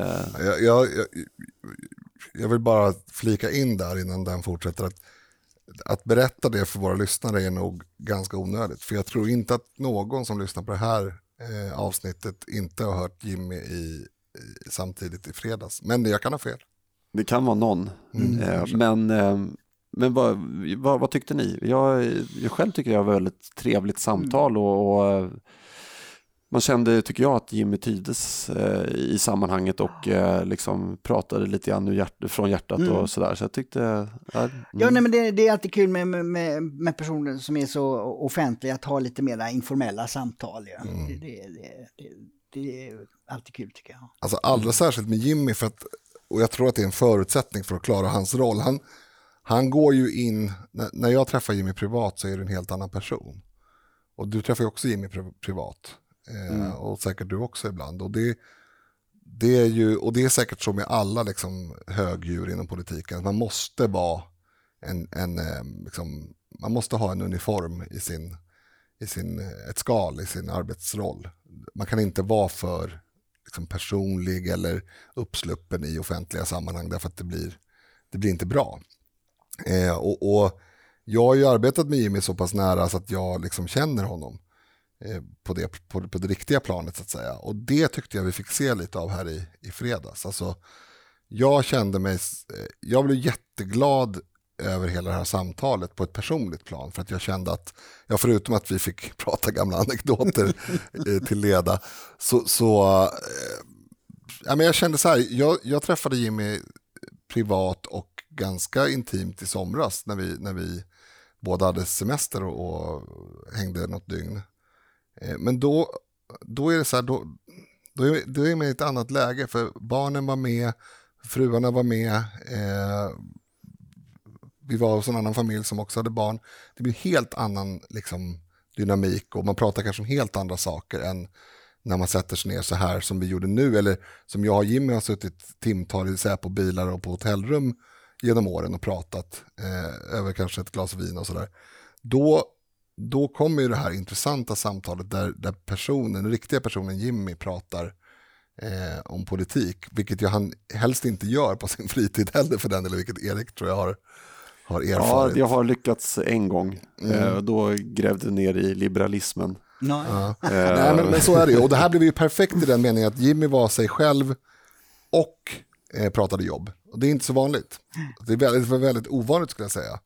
Jag vill bara flika in där innan den fortsätter att berätta det för våra lyssnare är nog ganska onödigt. För jag tror inte att någon som lyssnar på det här avsnittet inte har hört Jimmy samtidigt i fredags. Men jag kan ha fel. Det kan vara någon. Men vad tyckte ni? Jag själv tycker jag var väldigt trevligt samtal och man kände, tycker jag, att Jimmy trivdes i sammanhanget och liksom pratade lite grann från hjärtat och sådär. Så jag tyckte... men det är alltid kul med personer som är så offentliga att ha lite mer informella samtal. Ja. Det är alltid kul, tycker jag. Alltså allra särskilt med Jimmy, och jag tror att det är en förutsättning för att klara hans roll. Han går ju in... När jag träffar Jimmy privat så är det en helt annan person. Och du träffar ju också Jimmy privat. Och säkert du också ibland, och det är säkert så med alla liksom högdjur inom politiken. Man måste vara man måste ha en uniform ett skal i sin arbetsroll. Man kan inte vara för liksom personlig eller uppsluppen i offentliga sammanhang, därför att det blir inte bra. Och jag har ju arbetat med Jimmy så pass nära så att jag liksom känner honom på det riktiga planet, så att säga. Och det tyckte jag vi fick se lite av här i fredags. Alltså, jag blev jätteglad över hela det här samtalet på ett personligt plan, för att jag kände att, förutom att vi fick prata gamla anekdoter till leda, men jag kände så här, jag träffade Jimmy privat och ganska intimt i somras när vi båda hade semester och hängde något dygn. Men då är det så här, då är man i ett annat läge, för barnen var med, fruarna var med, vi var hos en annan familj som också hade barn. Det blir helt annan liksom, dynamik och man pratar kanske om helt andra saker än när man sätter sig ner så här som vi gjorde nu, eller som jag och Jimmy har suttit timtal på bilar och på hotellrum genom åren och pratat över kanske ett glas vin och sådär. Då kommer ju det här intressanta samtalet där den riktiga personen Jimmy pratar om politik, vilket ju han helst inte gör på sin fritid heller för den, eller vilket Erik tror jag har erfarit. Ja, det har lyckats en gång. Då grävde ner i liberalismen. Ja. Nej, men så är det ju. Och det här blev ju perfekt i den meningen att Jimmy var sig själv och pratade jobb. Och det är inte så vanligt. Det är väldigt ovanligt skulle jag säga.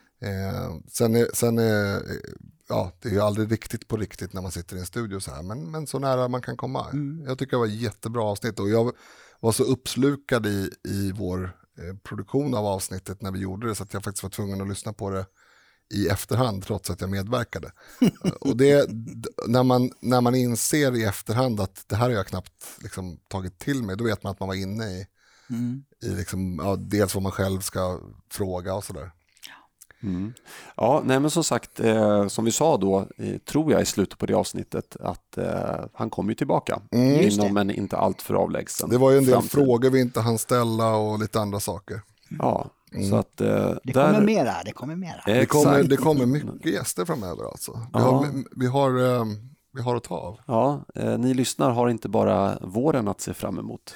Ja, det är ju aldrig riktigt på riktigt när man sitter i en studio så här, men så nära man kan komma. Jag tycker det var ett jättebra avsnitt och jag var så uppslukad i vår produktion av avsnittet när vi gjorde det så att jag faktiskt var tvungen att lyssna på det i efterhand trots att jag medverkade. Och det, när man inser i efterhand att det här har jag knappt liksom tagit till mig, då vet man att man var inne i liksom, ja, dels vad man själv ska fråga och sådär. Ja, nej men som sagt, som vi sa då, tror jag i slutet på det avsnittet att han kommer ju tillbaka inom en inte allt för avlägsen. Det var ju en del frågor vi inte hann ställa och lite andra saker. Ja, så att det kommer mera. Det kommer mycket gäster framöver alltså. Vi har att ta av. Ja, ni lyssnar har inte bara våren att se fram emot.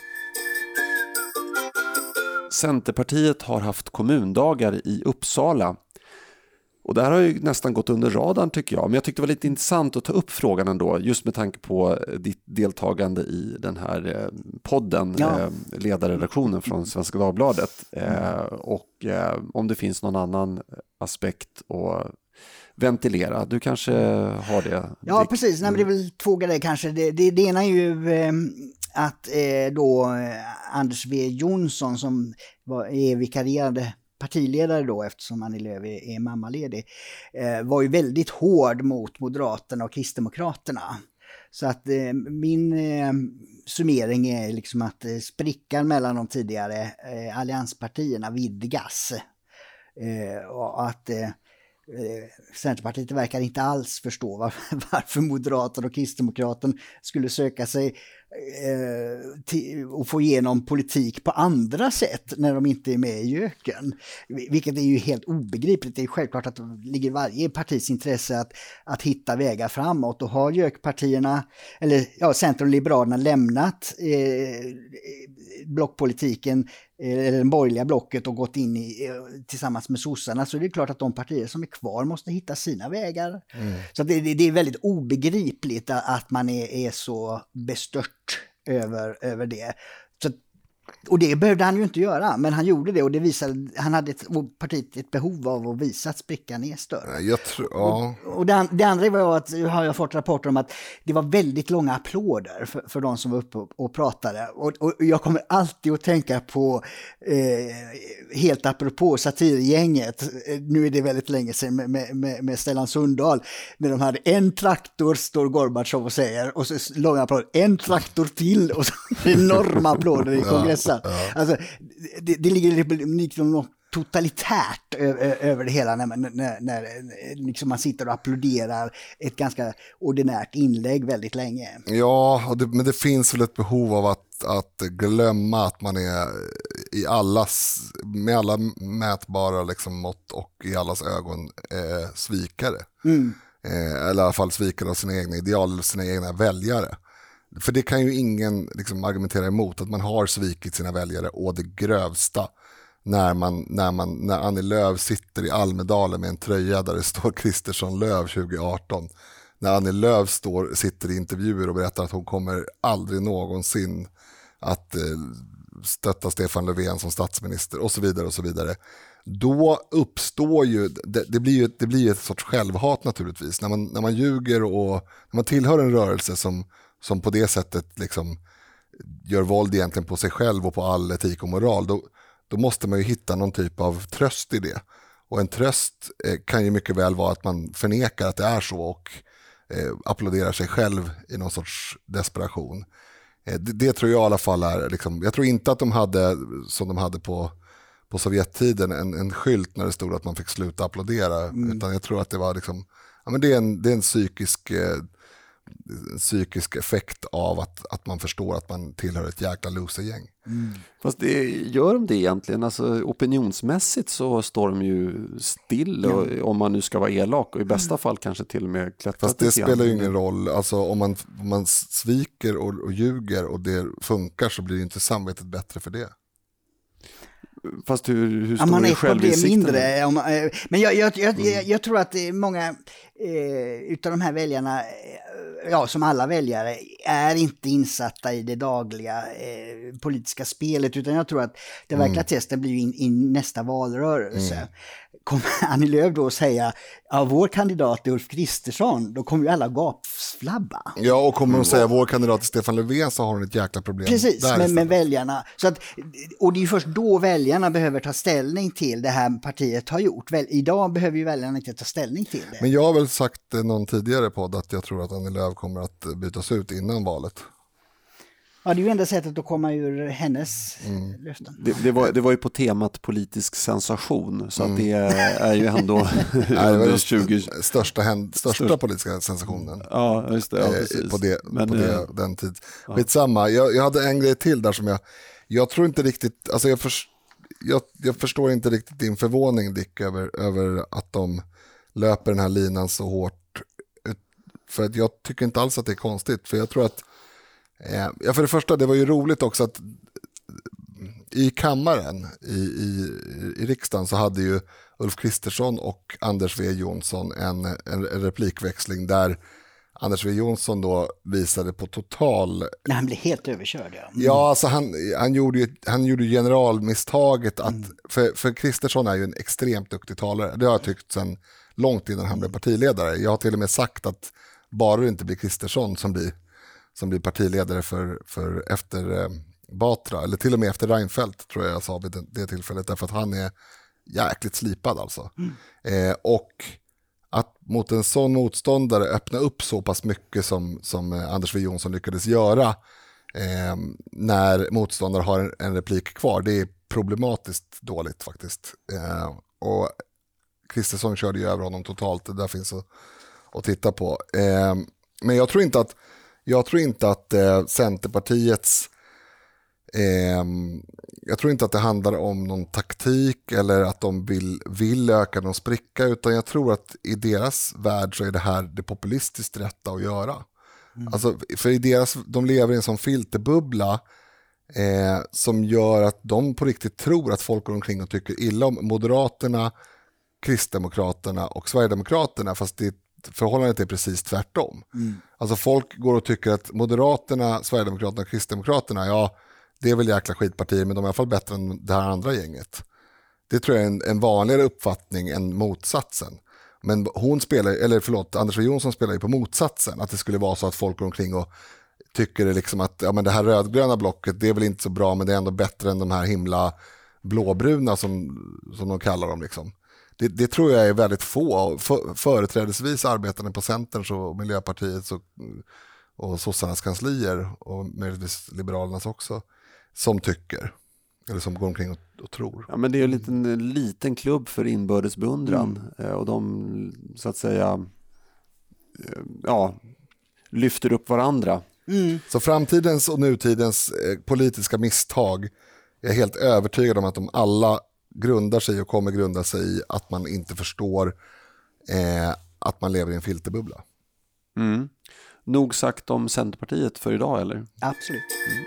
Centerpartiet har haft kommundagar i Uppsala. Och det här har ju nästan gått under radarn tycker jag. Men jag tyckte det var lite intressant att ta upp frågan ändå. Just med tanke på ditt deltagande i den här podden. Ledarredaktionen från Svenska Dagbladet. Och om det finns någon annan aspekt att ventilera. Du kanske har det? Ja, precis. Nej, men det är väl två grejer kanske. Det ena är ju att då Anders W. Jonsson som är vikarierande partiledare då eftersom Annie Lööf är mammaledig var ju väldigt hård mot Moderaterna och Kristdemokraterna. Så att min summering är liksom att sprickan mellan de tidigare allianspartierna vidgas. Och att Centerpartiet verkar inte alls förstå varför Moderaterna och Kristdemokraterna skulle söka sig och få igenom politik på andra sätt när de inte är med i göken. Vilket är ju helt obegripligt. Det är självklart att det ligger varje partis intresse att hitta vägar framåt. Och har gökpartierna, eller Centern och Liberalerna lämnat blockpolitiken eller den borgerliga blocket och gått in tillsammans med sossarna, så är det klart att de partier som är kvar måste hitta sina vägar. Så det är väldigt obegripligt att man är så bestört över det. Och det behövde han ju inte göra, men han gjorde det och det visade, han hade partiet ett behov av att visa att sprickan är större. Och det andra var att har jag fått rapporter om att det var väldigt långa applåder för de som var uppe och pratade. Och jag kommer alltid att tänka på helt apropå satirgänget. Nu är det väldigt länge sedan med Stellan Sundahl. När de hade en traktor står Gorbatjov och säger och så långa applåder, en traktor till och så enorma applåder i kongressen. Alltså, det ligger liksom något totalitärt över det hela när liksom man sitter och applåderar ett ganska ordinärt inlägg väldigt länge. Ja, men det finns väl ett behov av att glömma att man är med alla mätbara liksom mått och i allas ögon svikare. Eller i alla fall svikare av sina egna ideal eller sina egna väljare. För det kan ju ingen liksom argumentera emot att man har svikit sina väljare och det grövsta när Annie Lööf sitter i Almedalen med en tröja där det står Kristersson Lööf 2018. När Annie Lööf sitter i intervjuer och berättar att hon kommer aldrig någonsin att stötta Stefan Löfven som statsminister och så vidare och så vidare. Då uppstår ju, det blir ett sorts självhat naturligtvis. När man ljuger och när man tillhör en rörelse som på det sättet liksom gör våld egentligen på sig själv och på all etik och moral, då måste man ju hitta någon typ av tröst i det. Och en tröst kan ju mycket väl vara att man förnekar att det är så och applåderar sig själv i någon sorts desperation. Det tror jag i alla fall är, liksom, jag tror inte att de hade, som de hade på Sovjettiden, en skylt när det stod att man fick sluta applådera, utan jag tror att det var liksom, ja, men det är en psykisk effekt av att man förstår att man tillhör ett jäkla losergäng. Fast gör de det egentligen? Alltså, opinionsmässigt så står de ju still, om man nu ska vara elak, och i bästa fall kanske till och med klättrar. Fast det spelar ju ingen roll. Alltså, om man sviker och ljuger och det funkar, så blir ju inte samvetet bättre för det. Fast hur stor man är är självinsikten? Mindre. Men jag tror att många utav de här väljarna, som alla väljare, är inte insatta i det dagliga politiska spelet, utan jag tror att det verkliga testet blir ju i nästa valrörelse. Kommer Annie Lööf då säga vår kandidat är Ulf Kristersson, då kommer ju alla gapflabba. Ja, och kommer hon säga vår kandidat är Stefan Löfven, så har hon ett jäkla problem. Precis, med väljarna. Så att, och det är ju först då väljarna behöver ta ställning till det här partiet har gjort. Idag behöver ju väljarna inte ta ställning till det. Men jag har väl sagt någon tidigare podd att jag tror att Annie Lööf kommer att bytas ut innan valet. Ja, det är ju enda sättet att komma ur hennes löften. Det var ju på temat politisk sensation, så att det är ju ändå det var den största politiska sensationen. Ja, just det. Ja, precis. På den tiden. Skitsamma, jag hade en grej till där som jag tror inte riktigt, alltså jag förstår inte riktigt din förvåning, Dick, över att de löper den här linan så hårt. För att jag tycker inte alls att det är konstigt, för jag tror att för det första, det var ju roligt också att i kammaren i riksdagen så hade ju Ulf Kristersson och Anders W. Jonsson en replikväxling där Anders W. Jonsson då visade på total... Han blev helt överkörd. Ja, ja, alltså han gjorde generalmisstaget att... För Kristersson är ju en extremt duktig talare. Det har jag tyckt sedan långt innan han blev partiledare. Jag har till och med sagt att bara det inte blir Kristersson som blir partiledare för efter Batra, eller till och med efter Reinfeldt, tror jag sa vid det tillfället, därför att han är jäkligt slipad alltså. Och att mot en sån motståndare öppna upp så pass mycket som Anders W. Jonsson lyckades göra när motståndare har en replik kvar, det är problematiskt dåligt faktiskt. Och Kristersson körde ju över honom totalt, det där finns att titta på. Men jag tror inte att Centerpartiets jag tror inte att det handlar om någon taktik eller att de vill öka någon spricka, utan jag tror att i deras värld så är det här det populistiskt rätta att göra. Alltså, för de lever i en sån filterbubbla som gör att de på riktigt tror att folk går omkring och tycker illa om Moderaterna, Kristdemokraterna och Sverigedemokraterna, fast förhållandet är precis tvärtom. Alltså folk går och tycker att Moderaterna, Sverigedemokraterna och Kristdemokraterna, ja, det är väl jäkla skitpartier, men de är i alla fall bättre än det här andra gänget. Det tror jag är en vanligare uppfattning än motsatsen. Men Anders W. Jonsson spelar ju på motsatsen, att det skulle vara så att folk går omkring och tycker det liksom att men det här rödgröna blocket, det är väl inte så bra, men det är ändå bättre än de här himla blåbruna som de kallar dem liksom. Det tror jag är väldigt få, företrädesvis arbetande på Centerns och Miljöpartiets och sossarnas kanslier och möjligtvis Liberalernas också, som tycker, eller som går omkring och tror. Ja, men det är en liten klubb för inbördesbeundran och de så att säga lyfter upp varandra. Så framtidens och nutidens politiska misstag, jag är helt övertygad om att de alla grundar sig och kommer grunda sig i att man inte förstår att man lever i en filterbubbla. Nog sagt om Centerpartiet för idag, eller? Absolut.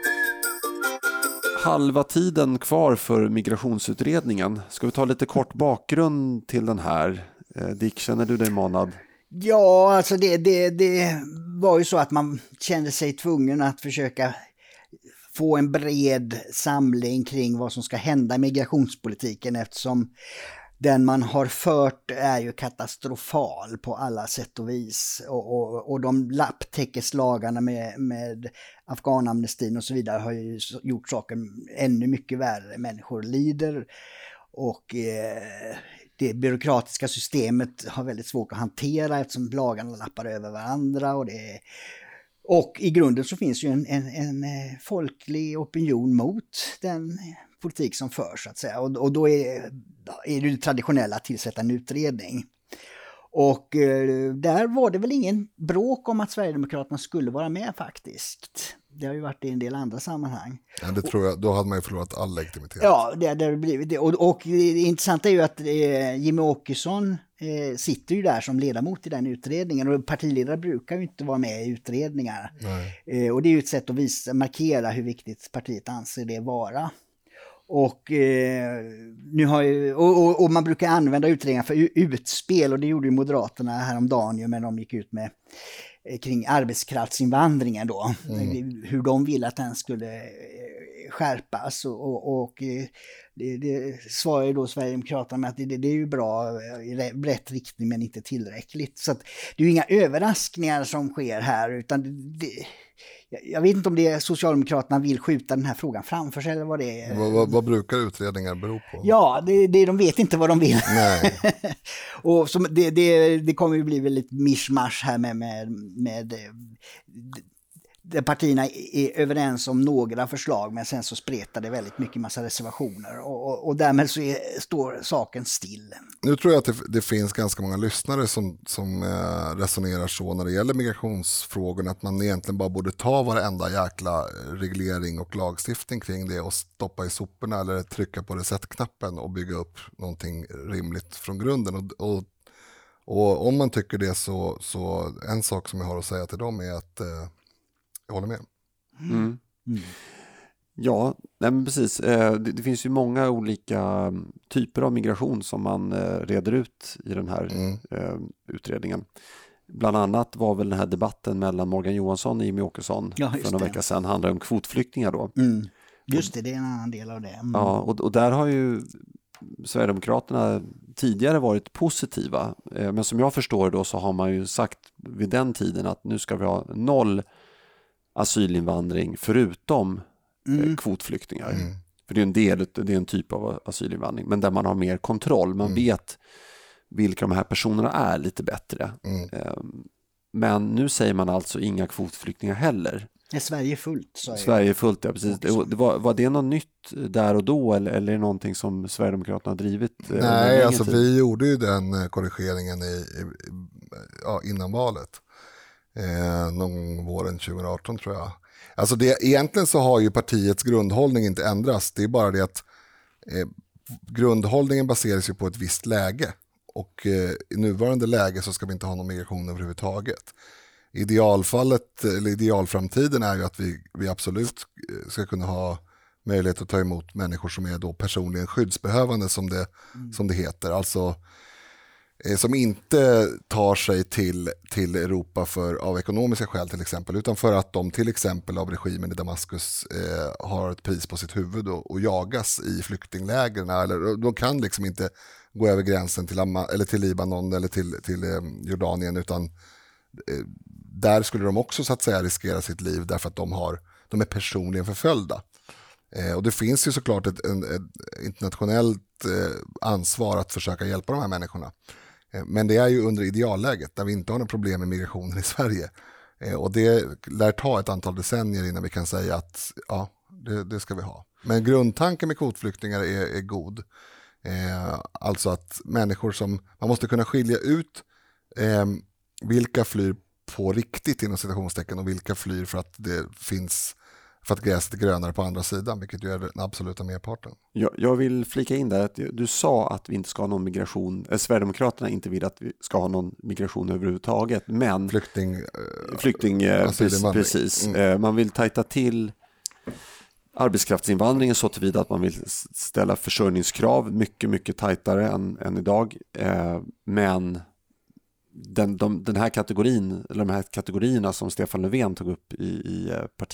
Halva tiden kvar för migrationsutredningen. Ska vi ta lite kort bakgrund till den här? Dick, känner du dig manad? Ja, alltså det var ju så att man kände sig tvungen att försöka få en bred samling kring vad som ska hända i migrationspolitiken, eftersom den man har fört är ju katastrofal på alla sätt och vis. Och de lapptäckeslagarna med afghanamnestin och så vidare har ju gjort saken ännu mycket värre. Människor lider och det byråkratiska systemet har väldigt svårt att hantera eftersom lagarna lappar över varandra och det är Och i grunden så finns ju en folklig opinion mot den politik som förs, så att säga. Och då är det traditionella att tillsätta en utredning. Och där var det väl ingen bråk om att Sverigedemokraterna skulle vara med faktiskt. Det har ju varit i en del andra sammanhang. Ja, det tror jag, då hade man ju förlorat all legitimitet. Ja, det har blivit det. Och det intressanta är ju att Jimmie Åkesson sitter ju där som ledamot i den utredningen. Och partiledare brukar ju inte vara med i utredningar. Och det är ju ett sätt att markera hur viktigt partiet anser det vara. Och, nu har ju, och man brukar använda utredningar för utspel, och det gjorde ju Moderaterna häromdagen ju, men de gick ut med kring arbetskraftsinvandringen då, hur de vill att den skulle skärpas, och det svarar ju då Sverigedemokraterna med att det är ju bra i rätt riktning men inte tillräckligt. Så att det är ju inga överraskningar som sker här, utan jag vet inte om det är Socialdemokraterna vill skjuta den här frågan framför sig eller vad det är. Vad brukar utredningar bero på? Ja, de vet inte vad de vill. Nej. Och det kommer ju bli väldigt mischmasch här med där partierna är överens om några förslag, men sen så spretar det väldigt mycket massa reservationer, och därmed så står saken still. Nu tror jag att det finns ganska många lyssnare som resonerar så när det gäller migrationsfrågorna, att man egentligen bara borde ta varenda jäkla reglering och lagstiftning kring det och stoppa i soporna eller trycka på reset-knappen och bygga upp någonting rimligt från grunden. Och om man tycker det, så en sak som jag har att säga till dem är att jag håller med. Ja, nej men precis. Det finns ju många olika typer av migration som man reder ut i den här utredningen. Bland annat var väl den här debatten mellan Morgan Johansson och Jimmie Åkesson för några veckor sedan handlar om kvotflyktingar då. Just det är en annan del av det. Ja, och där har ju Sverigedemokraterna tidigare varit positiva. Men som jag förstår då så har man ju sagt vid den tiden att nu ska vi ha 0 asylinvandring förutom kvotflyktingar. För det är en typ av asylinvandring, men där man har mer kontroll. Man vet vilka de här personerna är lite bättre. Men nu säger man alltså inga kvotflyktingar heller. Är Sverige fullt? Sverige är fullt, ja precis. Var det något nytt där och då, eller är det någonting som Sverigedemokraterna har drivit? Nej, alltså vi gjorde ju den korrigeringen innan valet. Någon våren 2018 tror jag. Alltså egentligen så har ju partiets grundhållning inte ändrats. Det är bara det att grundhållningen baseras ju på ett visst läge. Och i nuvarande läge så ska vi inte ha någon migration överhuvudtaget. Idealfallet, eller idealframtiden är ju att vi absolut ska kunna ha möjlighet att ta emot människor som är då personligen skyddsbehövande som det heter. Alltså som inte tar sig till Europa av ekonomiska skäl till exempel, utan för att de till exempel av regimen i Damaskus har ett pris på sitt huvud och jagas i flyktinglägren, eller de kan liksom inte gå över gränsen till Libanon eller till Jordanien, utan där skulle de också så att säga riskera sitt liv därför att de är personligen förföljda. Och det finns ju såklart ett internationellt ansvar att försöka hjälpa de här människorna. Men det är ju under idealläget där vi inte har några problem med migrationen i Sverige. Och det lär ta ett antal decennier innan vi kan säga att ja, det ska vi ha. Men grundtanken med kvotflyktingar är god. Alltså att människor man måste kunna skilja ut vilka flyr på riktigt inom citationstecken och vilka flyr för att det finns, för att gräset är grönare på andra sidan, vilket ju är den absoluta merparten. Jag vill flika in där att du sa att vi inte ska ha någon migration, Sverigedemokraterna inte vill att vi ska ha någon migration överhuvudtaget, men flykting precis. Man vill tajta till arbetskraftsinvandringen så tillvida att man vill ställa försörjningskrav mycket, mycket tajtare än idag. Men den här kategorin, eller de här kategorierna som Stefan Löfven tog upp i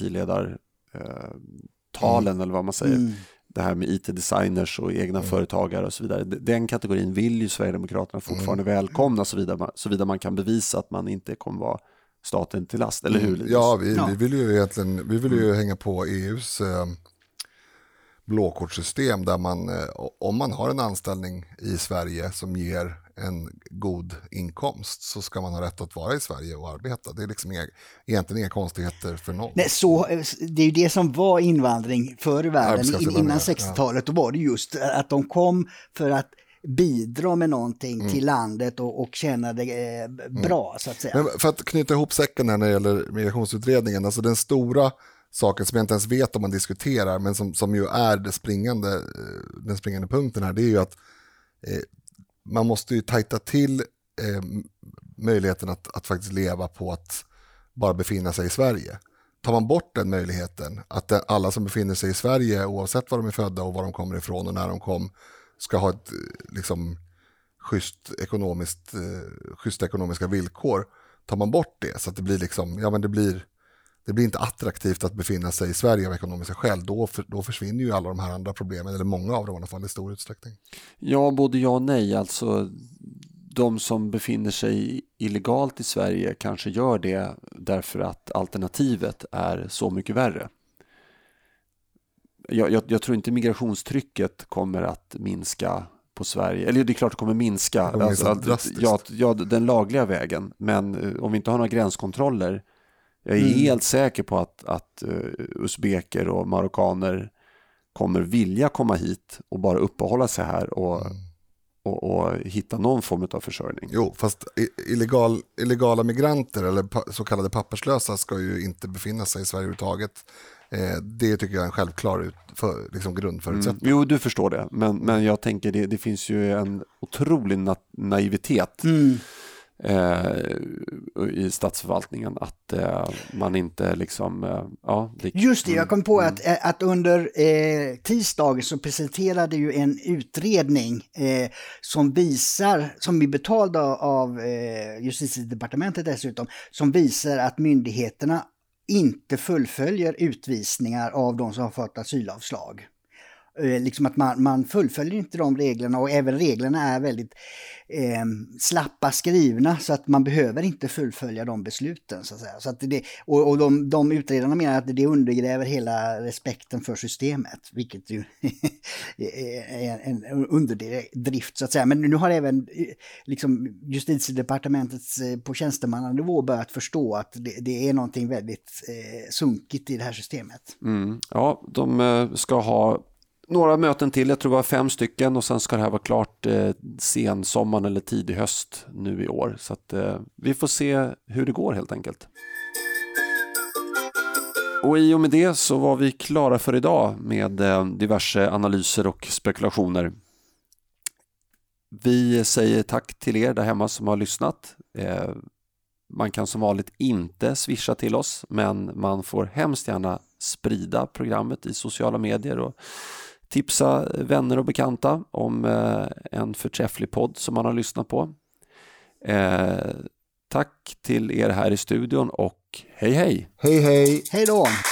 partiledartalen eller vad man säger, det här med IT-designers och egna företagare och så vidare, den kategorin vill ju Sverigedemokraterna fortfarande välkomna såvida man kan bevisa att man inte kommer vara staten till last, eller hur? Ja, vi vill ju hänga på EUs blåkortssystem där man, om man har en anställning i Sverige som ger en god inkomst, så ska man ha rätt att vara i Sverige och arbeta. Det är liksom egentligen inga konstigheter för någon. Nej, det är ju det som var invandring förr i världen, innan 60-talet. Då var det just att de kom för att bidra med någonting till landet och tjäna det bra, så att säga. Men för att knyta ihop säcken här när det gäller migrationsutredningen, alltså den stora saker som jag inte ens vet om man diskuterar, men som ju är den springande punkten här, det är ju att man måste ju tajta till möjligheten att faktiskt leva på att bara befinna sig i Sverige. Tar man bort den möjligheten, att alla som befinner sig i Sverige, oavsett var de är födda och var de kommer ifrån och när de kom, ska ha ett liksom schyssta ekonomiska villkor. Tar man bort det så att det blir liksom, det blir inte attraktivt att befinna sig i Sverige av ekonomiska skäl, då försvinner ju alla de här andra problemen, eller många av dem i alla fall i stor utsträckning. Ja, både ja och nej. Alltså, de som befinner sig illegalt i Sverige kanske gör det därför att alternativet är så mycket värre. Jag tror inte migrationstrycket kommer att minska på Sverige. Eller det är klart det kommer minska. Den lagliga vägen. Men om vi inte har några gränskontroller, jag är helt säker på att usbeker och marockaner kommer vilja komma hit och bara uppehålla sig här och hitta någon form av försörjning. Jo, fast illegala migranter eller så kallade papperslösa ska ju inte befinna sig i Sverige överhuvudtaget. Det tycker jag är en självklar grundförutsättning. Jo, du förstår det. Men jag tänker det finns ju en otrolig naivitet i statsförvaltningen att man inte liksom... Just det, jag kom på att under tisdagen så presenterade ju en utredning som är betald av Justitiedepartementet dessutom, som visar att myndigheterna inte fullföljer utvisningar av de som har fått asylavslag. Liksom att man fullföljer inte de reglerna, och även reglerna är väldigt slappa skrivna, så att man behöver inte fullfölja de besluten, så att säga. Så att de utredarna menar att det undergräver hela respekten för systemet, vilket ju är en underdrift, så att säga. Men nu har även liksom Justitiedepartementets på tjänstemannanivå börjat förstå att det är någonting väldigt sunkigt i det här systemet. Ja, de ska ha några möten till, jag tror det var 5 stycken, och sen ska det här vara klart sen sommaren eller tidig höst nu i år. Så att vi får se hur det går helt enkelt. Och i och med det så var vi klara för idag med diverse analyser och spekulationer. Vi säger tack till er där hemma som har lyssnat. Man kan som vanligt inte swisha till oss, men man får hemskt gärna sprida programmet i sociala medier och tipsa vänner och bekanta om en förträfflig podd som man har lyssnat på. Tack till er här i studion och hej hej! Hej hej! Hej då!